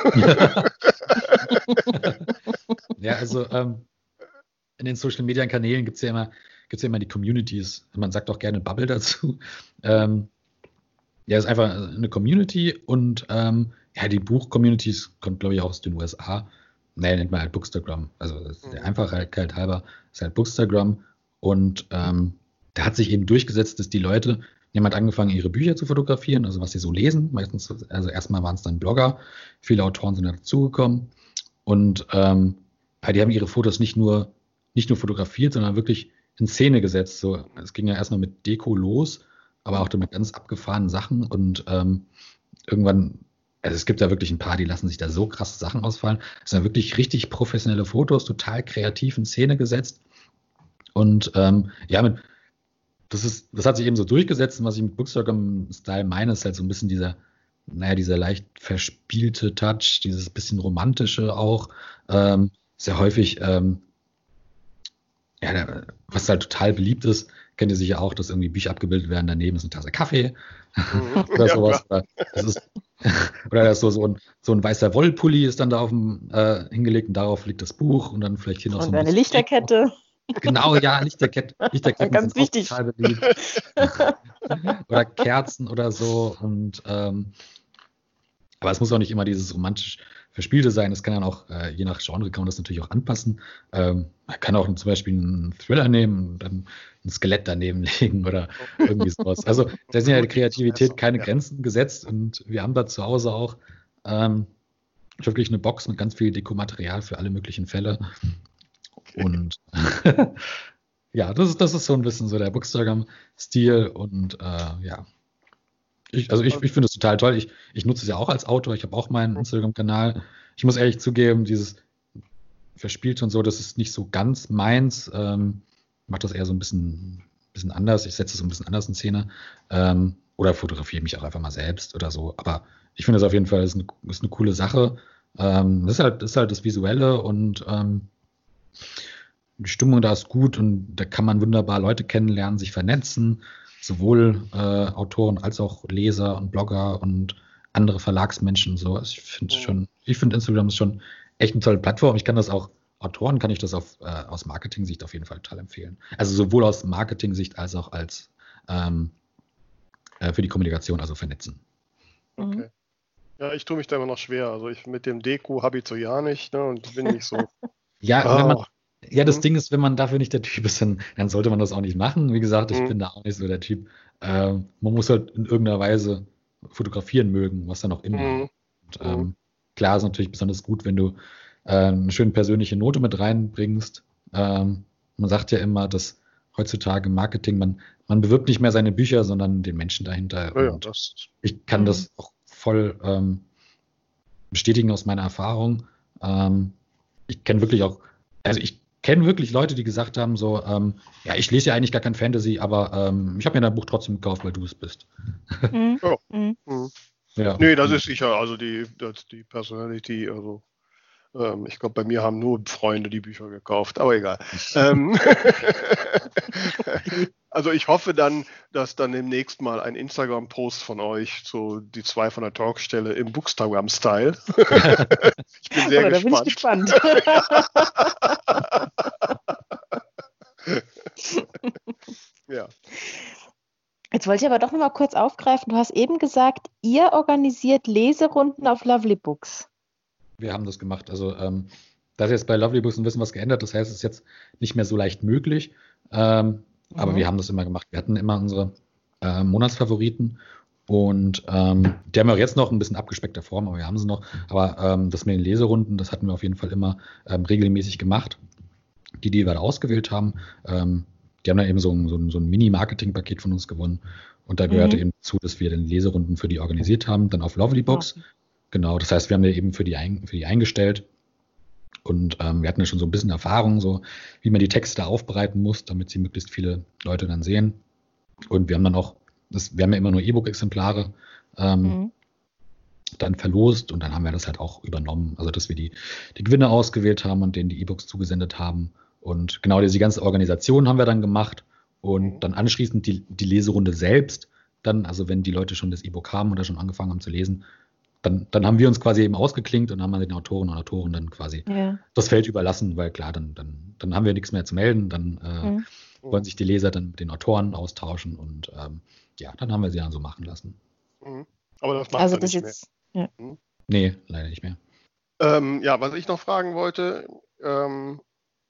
Ja, also ähm, in den Social Media Kanälen gibt es ja immer, gibt's ja immer die Communities. Man sagt auch gerne Bubble dazu. Ähm, ja, ist einfach eine Community und ähm, ja, die Buch-Communities kommt, glaube ich, auch aus den U S A. Nee, nennt man halt Bookstagram. Also das ist der Mhm. Einfachheit halber ist halt Bookstagram. Und ähm, da hat sich eben durchgesetzt, dass die Leute, jemand angefangen, ihre Bücher zu fotografieren, also was sie so lesen. Meistens, also erstmal waren es dann Blogger. Viele Autoren sind dazugekommen. Und ähm, ja, die haben ihre Fotos nicht nur, nicht nur fotografiert, sondern wirklich in Szene gesetzt. So, es ging ja erstmal mit Deko los, aber auch dann mit ganz abgefahrenen Sachen. Und ähm, irgendwann, also es gibt da wirklich ein paar, die lassen sich da so krasse Sachen ausfallen. Es sind wirklich richtig professionelle Fotos, total kreativ in Szene gesetzt. Und ähm, ja, mit, das ist, das hat sich eben so durchgesetzt. Und was ich mit Bookstagram-Style meine, ist halt so ein bisschen dieser, naja, dieser leicht verspielte Touch, dieses bisschen romantische auch. Ähm, sehr häufig, ähm, ja, der, was halt total beliebt ist, kennt ihr sicher auch, dass irgendwie Bücher abgebildet werden, daneben ist eine Tasse Kaffee Mhm. oder Ja, sowas. klar. Oder das ist, oder das ist so, so, ein, so ein weißer Wollpulli ist dann da auf dem, äh, hingelegt und darauf liegt das Buch und dann vielleicht hier noch so Und ein eine bisschen Lichterkette. Genau, ja, Lichterketten, Lichterketten Ganz sind auch wichtig. total beliebt. Oder Kerzen oder so. Und ähm, Aber es muss auch nicht immer dieses romantisch Verspielte sein. Es kann dann auch, äh, je nach Genre kann man das natürlich auch anpassen. Ähm, man kann auch zum Beispiel einen Thriller nehmen und dann ein Skelett daneben legen oder irgendwie sowas. Also da sind ja der Kreativität keine Ja. Grenzen gesetzt und wir haben da zu Hause auch ähm, wirklich eine Box mit ganz viel Dekomaterial für alle möglichen Fälle. Okay. Und ja, das ist, das ist so ein bisschen so der Bookstagram-Stil und äh, ja. Ich, also ich, ich finde es total toll. Ich, ich nutze es ja auch als Autor. Ich habe auch meinen Instagram-Kanal. Ich muss ehrlich zugeben, dieses Verspielte und so, das ist nicht so ganz meins. Ähm, ich mache das eher so ein bisschen, bisschen anders. Ich setze es so ein bisschen anders in Szene. Ähm, oder fotografiere mich auch einfach mal selbst oder so. Aber ich finde es auf jeden Fall, ist eine, ist eine coole Sache. Ähm, das ist halt, ist halt das Visuelle und ähm, die Stimmung da ist gut und da kann man wunderbar Leute kennenlernen, sich vernetzen. Sowohl äh, Autoren als auch Leser und Blogger und andere Verlagsmenschen und so. Also ich finde Mhm. schon, ich finde Instagram ist schon echt eine tolle Plattform. Ich kann das auch, Autoren kann ich das auf, äh, aus Marketing-Sicht auf jeden Fall total empfehlen. Also sowohl aus Marketing-Sicht als auch als ähm, äh, für die Kommunikation, also vernetzen. Okay. Ja, ich tue mich da immer noch schwer. Also ich mit dem Deko habe ich so ja nicht, ne? Und bin nicht so. Ja, Ah. wenn man, ja, das Mhm. Ding ist, wenn man dafür nicht der Typ ist, dann, dann sollte man das auch nicht machen. Wie gesagt, ich Mhm. bin da auch nicht so der Typ. Ähm, man muss halt in irgendeiner Weise fotografieren mögen, was dann auch immer. Mhm. Und, ähm, klar ist natürlich besonders gut, wenn du äh, eine schöne persönliche Note mit reinbringst. Ähm, man sagt ja immer, dass heutzutage im Marketing, man, man bewirbt nicht mehr seine Bücher, sondern den Menschen dahinter. Ja, ja, Und das. ich kann Mhm. das auch voll ähm, bestätigen aus meiner Erfahrung. Ähm, ich kenne wirklich auch, also ich kenne wirklich Leute, die gesagt haben, so, ähm, ja, ich lese ja eigentlich gar kein Fantasy, aber ähm, ich habe mir dein Buch trotzdem gekauft, weil du es bist. Mhm. Ja. Mhm. Mhm. Ja. Nee, das ist sicher, also die, das, die Personality, also ähm, ich glaube, bei mir haben nur Freunde die Bücher gekauft, aber egal. ähm, also ich hoffe dann, dass dann demnächst mal ein Instagram-Post von euch zu die zwei von der Talkstelle im Bookstagram-Style. Ich bin sehr Oder da bin ich gespannt. gespannt. Ja. Jetzt wollte ich aber doch noch mal kurz aufgreifen. Du hast eben gesagt, ihr organisiert Leserunden auf Lovely Books. Wir haben das gemacht. Also ähm, da ist jetzt bei Lovely Books ein bisschen was geändert. Das heißt, es ist jetzt nicht mehr so leicht möglich. Ähm, Mhm. Aber wir haben das immer gemacht. Wir hatten immer unsere äh, Monatsfavoriten und ähm, die haben wir auch jetzt noch ein bisschen abgespeckter Form, aber wir haben sie noch. Aber ähm, das mit den Leserunden, das hatten wir auf jeden Fall immer ähm, regelmäßig gemacht. Die, die wir da ausgewählt haben, ähm, die haben dann eben so ein, so ein, so ein Mini-Marketing-Paket von uns gewonnen. Und da gehörte Mhm. eben zu, dass wir dann Leserunden für die organisiert haben, dann auf Lovely Books. Okay. Genau, das heißt, wir haben die eben für die, ein, für die eingestellt. Und ähm, wir hatten ja schon so ein bisschen Erfahrung, so wie man die Texte aufbereiten muss, damit sie möglichst viele Leute dann sehen. Und wir haben dann auch, das, wir haben ja immer nur E-Book-Exemplare ähm, Mhm. dann verlost und dann haben wir das halt auch übernommen. Also dass wir die, die Gewinner ausgewählt haben und denen die E-Books zugesendet haben. Und genau diese ganze Organisation haben wir dann gemacht und Mhm. dann anschließend die, die Leserunde selbst. Dann, also wenn die Leute schon das E-Book haben oder schon angefangen haben zu lesen, dann, dann haben wir uns quasi eben ausgeklinkt und haben den Autoren und Autoren dann quasi Ja. das Feld überlassen, weil klar, dann, dann, dann haben wir nichts mehr zu melden, dann äh, Mhm. wollen sich die Leser dann mit den Autoren austauschen und ähm, ja, dann haben wir sie dann so machen lassen. Mhm. Aber das macht Also er das nicht mehr. jetzt. Ja. Nee, leider nicht mehr. Ähm, ja, was ich noch fragen wollte, ähm,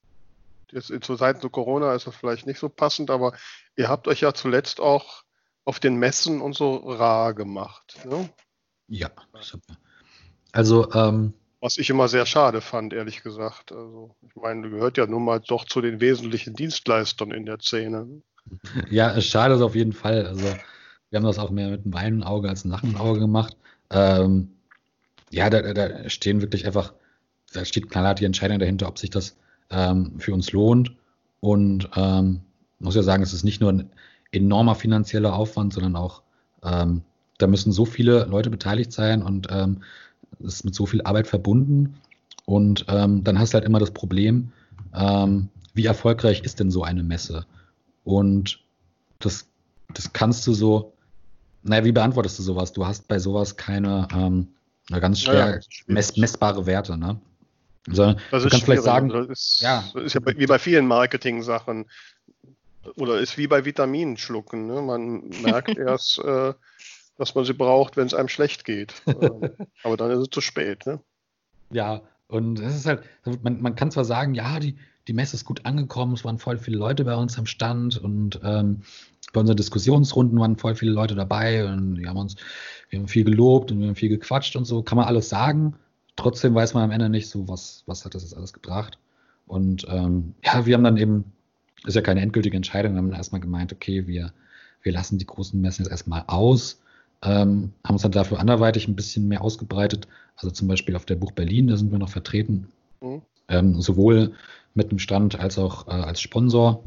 jetzt zur Zeit zu Corona ist das vielleicht nicht so passend, aber ihr habt euch ja zuletzt auch auf den Messen und so rar gemacht, ne? Ja, das haben wir. Also, ähm, Was ich immer sehr schade fand, ehrlich gesagt. Also, ich meine, du gehört ja nun mal doch zu den wesentlichen Dienstleistern in der Szene. ja, es schade ist auf jeden Fall. Also, wir haben das auch mehr mit einem weinenden Auge als einem lachenden Auge gemacht. Ähm, ja, da, da- da stehen wirklich einfach, da steht knallhart die Entscheidung dahinter, ob sich das ähm, für uns lohnt. Und ähm, muss ja sagen, es ist nicht nur ein enormer finanzieller Aufwand, sondern auch, ähm, da müssen so viele Leute beteiligt sein und ähm, es ist mit so viel Arbeit verbunden. Und ähm, dann hast du halt immer das Problem, ähm, wie erfolgreich ist denn so eine Messe? Und das, das kannst du so, naja, wie beantwortest du sowas? Du hast bei sowas keine ähm, na, ganz Naja, schwer das ist schwierig. mess, messbare Werte, ne? Sondern Das du ist kannst vielleicht schwierig. sagen, Also das ist, ja, das ist ja bei- wie bei vielen Marketing-Sachen. Oder ist wie bei Vitaminen schlucken. Ne? Man merkt erst, äh, dass man sie braucht, wenn es einem schlecht geht. ähm, aber dann ist es zu spät. Ne? Ja, und es ist halt, man, man kann zwar sagen, ja, die, die Messe ist gut angekommen, es waren voll viele Leute bei uns am Stand und ähm, bei unseren Diskussionsrunden waren voll viele Leute dabei und wir haben uns, wir haben viel gelobt und wir haben viel gequatscht und so, kann man alles sagen. Trotzdem weiß man am Ende nicht so, was, was hat das jetzt alles gebracht. Und ähm, ja, wir haben dann eben, ist ja keine endgültige Entscheidung, wir haben dann erstmal gemeint, okay, wir, wir lassen die großen Messen jetzt erstmal aus, ähm, haben uns dann dafür anderweitig ein bisschen mehr ausgebreitet, also zum Beispiel auf der Buch Berlin, da sind wir noch vertreten, mhm. ähm, sowohl mit dem Stand als auch äh, als Sponsor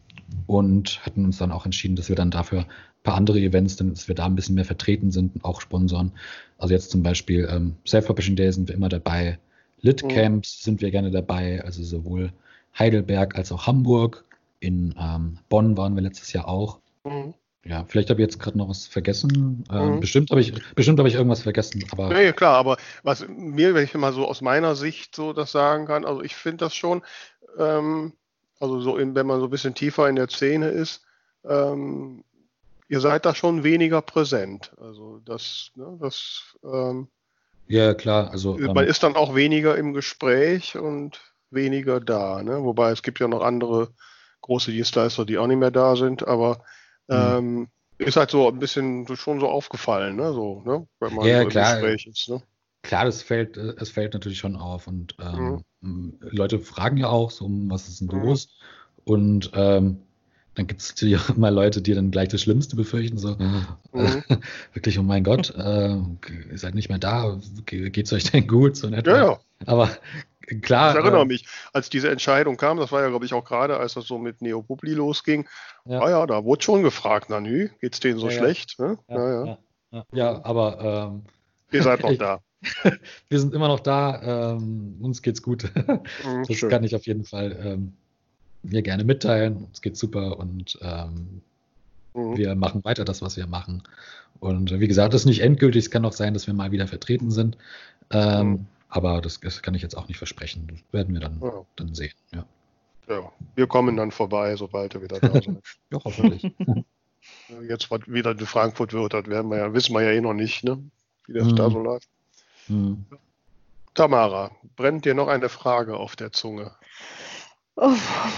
und hatten uns dann auch entschieden, dass wir dann dafür ein paar andere Events, dass wir da ein bisschen mehr vertreten sind und auch sponsoren. Also jetzt zum Beispiel ähm, Self-Publishing Day sind wir immer dabei, Lit-Camps mhm. sind wir gerne dabei, also sowohl Heidelberg als auch Hamburg. In ähm, Bonn waren wir letztes Jahr auch. Mhm. Ja, vielleicht habe ich jetzt gerade noch was vergessen. Ähm, mhm. Bestimmt habe ich, bestimmt habe ich irgendwas vergessen. Aber nee, klar, aber was mir, wenn ich mal so aus meiner Sicht so das sagen kann, also ich finde das schon, ähm, also so in, wenn man so ein bisschen tiefer in der Szene ist, ähm, ihr seid da schon weniger präsent. Also das, ne, das ähm, ja, klar. Also man ähm, ist dann auch weniger im Gespräch und weniger da. Ne? Wobei es gibt ja noch andere große Dienstleister, die auch nicht mehr da sind, aber ähm, mhm. ist halt so ein bisschen schon so aufgefallen, ne? So, ne? Wenn man ja, so im klar. Gespräch ist. Ne? Klar, das fällt, es fällt natürlich schon auf und ähm, mhm. Leute fragen ja auch so, was ist denn los? Mhm. Und ähm, dann gibt es natürlich auch immer Leute, die dann gleich das Schlimmste befürchten, so mhm. äh, wirklich, oh mein Gott, äh, ihr seid nicht mehr da, geht's euch denn gut? So in etwa. Ja, ja. Aber klar. Ich erinnere äh, mich, als diese Entscheidung kam, das war ja, glaube ich, auch gerade, als das so mit Neopubli losging, ja, ah, ja da wurde schon gefragt, na nü, geht's denen so ja, schlecht? Ne? Ja, ja, ja. Ja, ja. ja, aber ähm, ihr seid noch ich, da. Wir sind immer noch da, ähm, uns geht's gut. Das schön. Kann ich auf jeden Fall ähm, mir gerne mitteilen. Uns geht's super und ähm, mhm. wir machen weiter das, was wir machen. Und äh, wie gesagt, das ist nicht endgültig. Es kann auch sein, dass wir mal wieder vertreten sind. Ähm, mhm. Aber das, das kann ich jetzt auch nicht versprechen. Das werden wir dann, ja. dann sehen. Ja. ja, wir kommen dann vorbei, sobald wir wieder da sind. Ja, hoffentlich. Jetzt wieder in Frankfurt wird, das werden wir ja, wissen wir ja eh noch nicht, ne? Wie das mhm. da so läuft. Mhm. Tamara, brennt dir noch eine Frage auf der Zunge? Oh.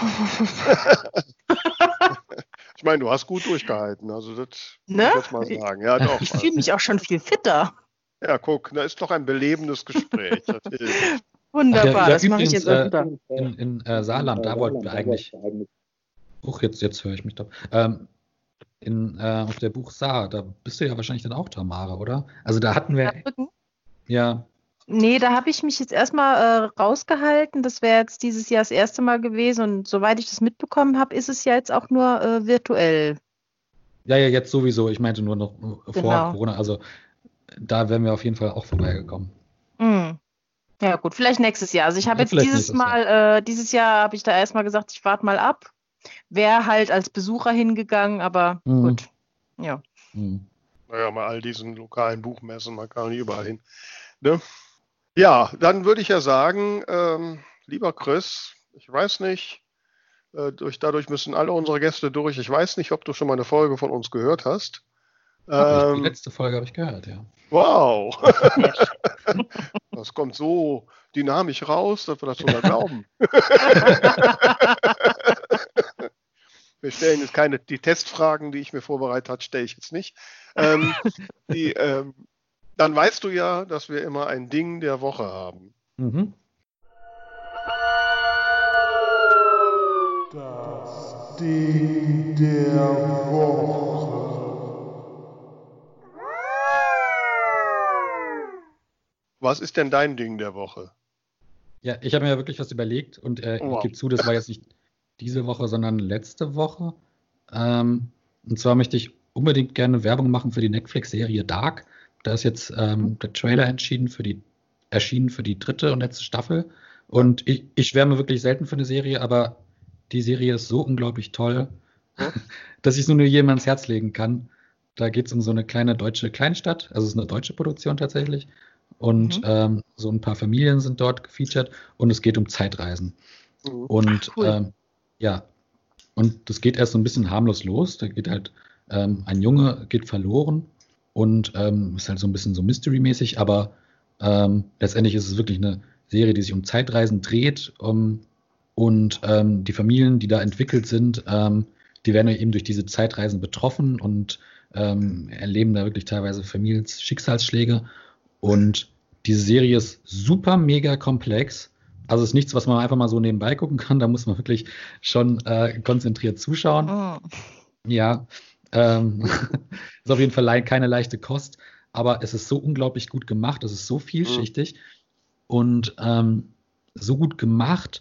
Ich meine, du hast gut durchgehalten, also das ne? muss ich jetzt mal sagen. Ja, doch, ich fühle mich auch schon viel fitter. Ja, guck, da ist doch ein belebendes Gespräch. Wunderbar, ja, ja, das mache ich jetzt äh, öfter. In, in äh, Saarland, da wollten wir eigentlich. Uch, jetzt, jetzt höre ich mich da. Ähm, in, äh, auf der Buch Saar, da bist du ja wahrscheinlich dann auch, Tamara, oder? Also da hatten wir. Ja. Nee, da habe ich mich jetzt erstmal äh, rausgehalten. Das wäre jetzt dieses Jahr das erste Mal gewesen. Und soweit ich das mitbekommen habe, ist es ja jetzt auch nur äh, virtuell. Ja, ja, jetzt sowieso. Ich meinte nur noch genau. vor Corona. Also da wären wir auf jeden Fall auch vorbeigekommen. Mm. Ja gut, vielleicht nächstes Jahr. Also ich habe ja, jetzt dieses Mal, Jahr. Äh, dieses Jahr habe ich da erstmal gesagt, ich warte mal ab. Wäre halt als Besucher hingegangen, aber mm. gut. Ja. Mm. Naja, mal all diesen lokalen Buchmessen, man kann nicht überall hin. Ne? Ja, dann würde ich ja sagen, ähm, lieber Chris, ich weiß nicht, äh, durch, dadurch müssen alle unsere Gäste durch. Ich weiß nicht, ob du schon mal eine Folge von uns gehört hast. Ähm, die letzte Folge habe ich gehört, ja. Wow! Das kommt so dynamisch raus, dass wir das sogar glauben. Wir stellen jetzt keine, die Testfragen, die ich mir vorbereitet habe, stelle ich jetzt nicht. Ähm, die, ähm, dann weißt du ja, dass wir immer ein Ding der Woche haben. Mhm. Das Ding der Woche. Was ist denn dein Ding der Woche? Ja, ich habe mir ja wirklich was überlegt und äh, wow. ich gebe zu, das war jetzt nicht diese Woche, sondern letzte Woche. Ähm, und zwar möchte ich unbedingt gerne Werbung machen für die Netflix-Serie Dark. Da ist jetzt ähm, der Trailer entschieden für die, erschienen für die dritte und letzte Staffel. Und ich, ich schwärme wirklich selten für eine Serie, aber die Serie ist so unglaublich toll, ja. dass ich es nur jedem ans Herz legen kann. Da geht es um so eine kleine deutsche Kleinstadt, also es ist eine deutsche Produktion tatsächlich. Und mhm. ähm, so ein paar Familien sind dort gefeatured und es geht um Zeitreisen. Mhm. Und cool. ähm, ja, und das geht erst so ein bisschen harmlos los. Da geht halt, ähm, ein Junge geht verloren und ähm, ist halt so ein bisschen so Mystery-mäßig, aber ähm, letztendlich ist es wirklich eine Serie, die sich um Zeitreisen dreht um, und ähm, die Familien, die da entwickelt sind, ähm, die werden eben durch diese Zeitreisen betroffen und ähm, erleben da wirklich teilweise Familienschicksalsschläge. Und diese Serie ist super mega komplex. Also es ist nichts, was man einfach mal so nebenbei gucken kann. Da muss man wirklich schon äh, konzentriert zuschauen. Oh. Ja, ähm, ist auf jeden Fall le- keine leichte Kost, aber es ist so unglaublich gut gemacht. Es ist so vielschichtig und ähm, so gut gemacht.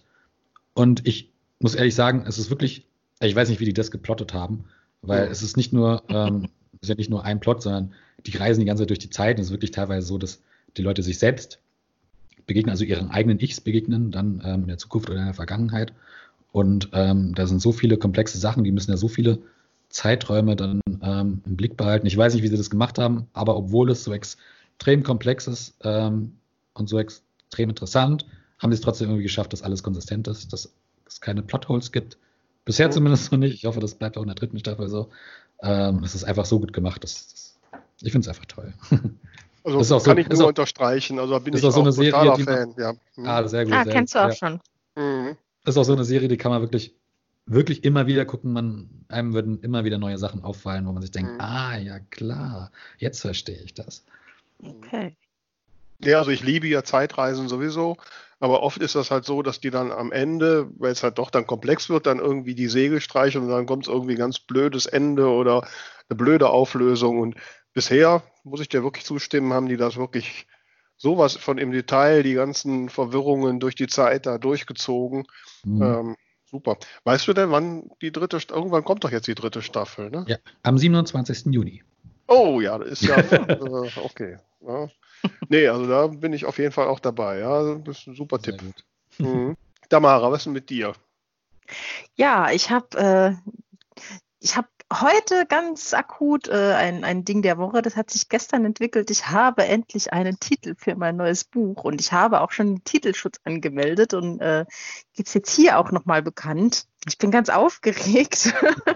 Und ich muss ehrlich sagen, es ist wirklich, ich weiß nicht, wie die das geplottet haben, weil Mhm. es ist nicht nur, ähm, es ist ja nicht nur ein Plot, sondern die reisen die ganze Zeit durch die Zeit. Und es ist wirklich teilweise so, dass die Leute sich selbst begegnen, also ihren eigenen Ichs begegnen, dann ähm, in der Zukunft oder in der Vergangenheit. Und ähm, da sind so viele komplexe Sachen, die müssen ja so viele Zeiträume dann ähm, im Blick behalten. Ich weiß nicht, wie sie das gemacht haben, aber obwohl es so extrem komplex ist ähm, und so extrem interessant, haben sie es trotzdem irgendwie geschafft, dass alles konsistent ist, dass es keine Plotholes gibt. Bisher Mhm. zumindest noch nicht. Ich hoffe, das bleibt auch in der dritten Staffel so. Ähm, es ist einfach so gut gemacht. Dass, dass, ich finde es einfach toll. Also Das ist auch so- kann ich ist nur auch- unterstreichen. Also da bin ist ich auch auch so eine Serie, totaler die man- Fan. Ja. Mhm. Ah, sehr gut. Ah, sehr kennst gut. du auch Ja. schon. Mhm. Das ist auch so eine Serie, die kann man wirklich, wirklich immer wieder gucken. Man, einem würden immer wieder neue Sachen auffallen, wo man sich denkt, Mhm. ah, ja klar, jetzt verstehe ich das. Okay. Ja, also ich liebe ja Zeitreisen sowieso, aber oft ist das halt so, dass die dann am Ende, weil es halt doch dann komplex wird, dann irgendwie die Segel streichen und dann kommt es irgendwie ein ganz blödes Ende oder eine blöde Auflösung. Und bisher, muss ich dir wirklich zustimmen, haben die das wirklich sowas von im Detail, die ganzen Verwirrungen durch die Zeit da durchgezogen. Mhm. Ähm, super. Weißt du denn, wann die dritte, St- irgendwann kommt doch jetzt die dritte Staffel, ne? Ja, am siebenundzwanzigsten Juni. Oh ja, das ist ja, äh, okay. Ja. Nee, also da bin ich auf jeden Fall auch dabei. Ja, das ist ein super Sehr Tipp. gut. Mhm. Tamara, was ist denn mit dir? Ja, ich habe äh, ich hab heute ganz akut äh, ein, ein Ding der Woche, das hat sich gestern entwickelt. Ich habe endlich einen Titel für mein neues Buch und ich habe auch schon den Titelschutz angemeldet und äh, gibt es jetzt hier auch nochmal bekannt. Ich bin ganz aufgeregt.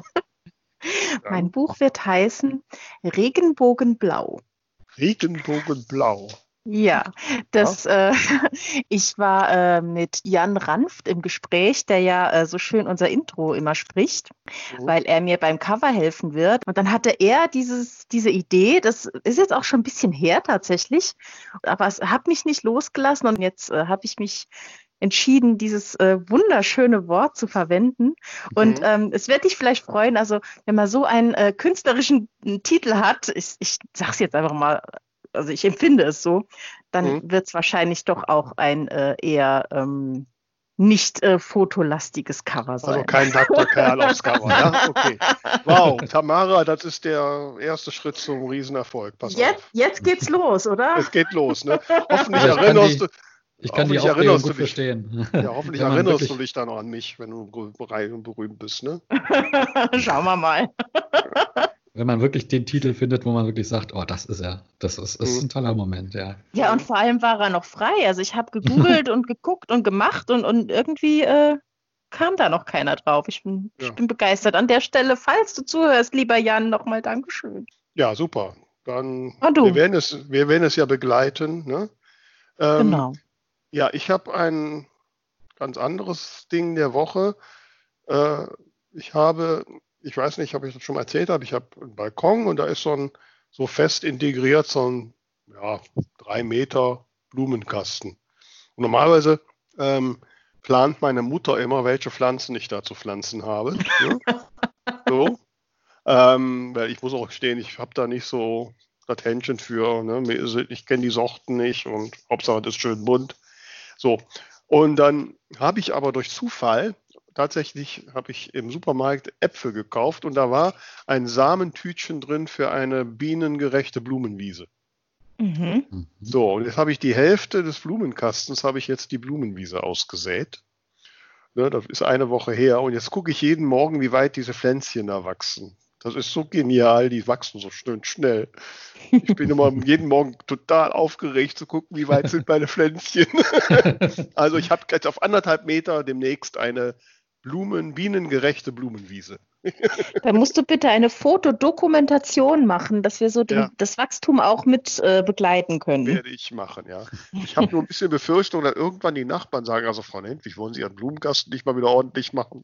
Mein Buch wird heißen Regenbogenblau. Regenbogenblau. Ja, das, äh, ich war äh, mit Jan Ranft im Gespräch, der ja äh, so schön unser Intro immer spricht, Mhm. weil er mir beim Cover helfen wird. Und dann hatte er dieses, diese Idee, das ist jetzt auch schon ein bisschen her tatsächlich, aber es hat mich nicht losgelassen und jetzt äh, habe ich mich entschieden, dieses äh, wunderschöne Wort zu verwenden. Und Mhm. ähm, es wird dich vielleicht freuen, also wenn man so einen äh, künstlerischen äh, Titel hat, ich, ich sage es jetzt einfach mal, also ich empfinde es so, dann Mhm. wird es wahrscheinlich doch auch ein äh, eher ähm, nicht äh, fotolastiges Cover sein. Also kein nackter Kerl aufs Cover, ja? Okay. Wow, Tamara, das ist der erste Schritt zum Riesenerfolg. Pass Jetzt, auf. jetzt geht's los, oder? Es geht los, ne? Hoffentlich Ja, ich kann erinnerst die- du, Ich kann die hoffentlich Aufregung erinnerst gut du dich. verstehen. Ja, hoffentlich Wenn man erinnerst wirklich, du dich dann noch an mich, wenn du bereit und berühmt bist, ne? Schauen wir mal. wenn man wirklich den Titel findet, wo man wirklich sagt, oh, das ist er. Das ist, das ist Mhm. ein toller Moment, ja. Ja, und vor allem war er noch frei. Also ich habe gegoogelt und geguckt und gemacht und, und irgendwie äh, kam da noch keiner drauf. Ich bin, Ja. ich bin begeistert. An der Stelle, falls du zuhörst, lieber Jan, nochmal Dankeschön. Ja, super. Dann, Und du? wir werden es, wir werden es ja begleiten, ne? Ähm, Genau. Ja, ich habe ein ganz anderes Ding der Woche. Äh, ich habe, ich weiß nicht, ob ich das schon mal erzählt habe, ich habe einen Balkon und da ist so ein so fest integriert so ein ja, drei Meter Blumenkasten. Und normalerweise ähm, plant meine Mutter immer, welche Pflanzen ich da zu pflanzen habe. Ne? So. Ähm, weil ich muss auch gestehen, ich habe da nicht so das Händchen für. Ne? Mir ist- Ich kenne die Sorten nicht und Hauptsache das ist schön bunt. So. Und dann habe ich aber durch Zufall, tatsächlich habe ich im Supermarkt Äpfel gekauft und da war ein Samentütchen drin für eine bienengerechte Blumenwiese. Mhm. Mhm. So, und jetzt habe ich die Hälfte des Blumenkastens, habe ich jetzt die Blumenwiese ausgesät. Ne, das ist eine Woche her und jetzt gucke ich jeden Morgen, wie weit diese Pflänzchen da wachsen. Das ist so genial, die wachsen so schön schnell. Ich bin immer jeden Morgen total aufgeregt zu gucken, wie weit sind meine Pflänzchen. Also ich habe jetzt auf anderthalb Meter demnächst eine Blumen, bienengerechte Blumenwiese. Da musst du bitte eine Fotodokumentation machen, dass wir so den, Ja. das Wachstum auch mit äh, begleiten können. Werde ich machen, ja. Ich habe nur ein bisschen Befürchtung, dass irgendwann die Nachbarn sagen, also Frau Nentwich, wollen Sie Ihren Blumenkasten nicht mal wieder ordentlich machen?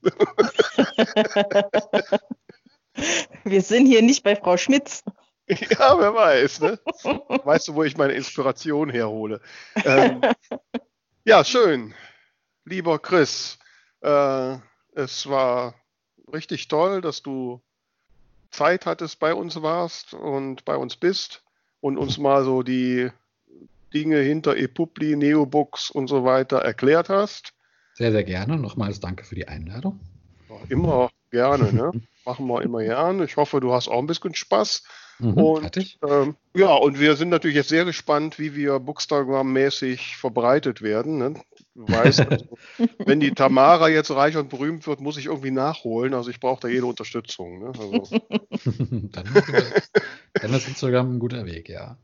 Wir sind hier nicht bei Frau Schmitz. Ja, wer weiß, ne? Weißt du, wo ich meine Inspiration herhole? Ähm, ja, schön. Lieber Chris, äh, es war richtig toll, dass du Zeit hattest, bei uns warst und bei uns bist und uns mal so die Dinge hinter ePubli, Neobooks und so weiter erklärt hast. Sehr, sehr gerne. Nochmals danke für die Einladung. Ja, immer gerne, ne? Machen wir immer gerne. Ich hoffe, du hast auch ein bisschen Spaß. Mhm, Und hatte ich. ähm, ja, und wir sind natürlich jetzt sehr gespannt, wie wir Bookstagram-mäßig verbreitet werden. Ne? Du weißt, also, wenn die Tamara jetzt reich und berühmt wird, muss ich irgendwie nachholen. Also ich brauche da jede Unterstützung. Ne? Also, dann, ist das- dann ist Instagram ein guter Weg, ja.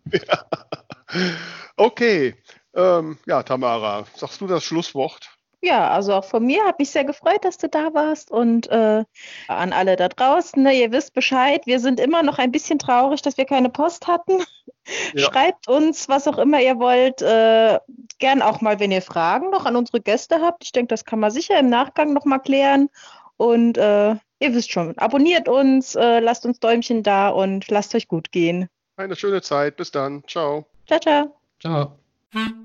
okay, ähm, ja, Tamara, sagst du das Schlusswort? Ja, also auch von mir hat mich sehr gefreut, dass du da warst und äh, an alle da draußen, ne, ihr wisst Bescheid, wir sind immer noch ein bisschen traurig, dass wir keine Post hatten. Ja. Schreibt uns, was auch immer ihr wollt, äh, gern auch mal, wenn ihr Fragen noch an unsere Gäste habt. Ich denke, das kann man sicher im Nachgang noch mal klären und äh, ihr wisst schon, abonniert uns, äh, lasst uns Däumchen da und lasst euch gut gehen. Eine schöne Zeit. Bis dann. Ciao. Ciao, ciao. Ciao.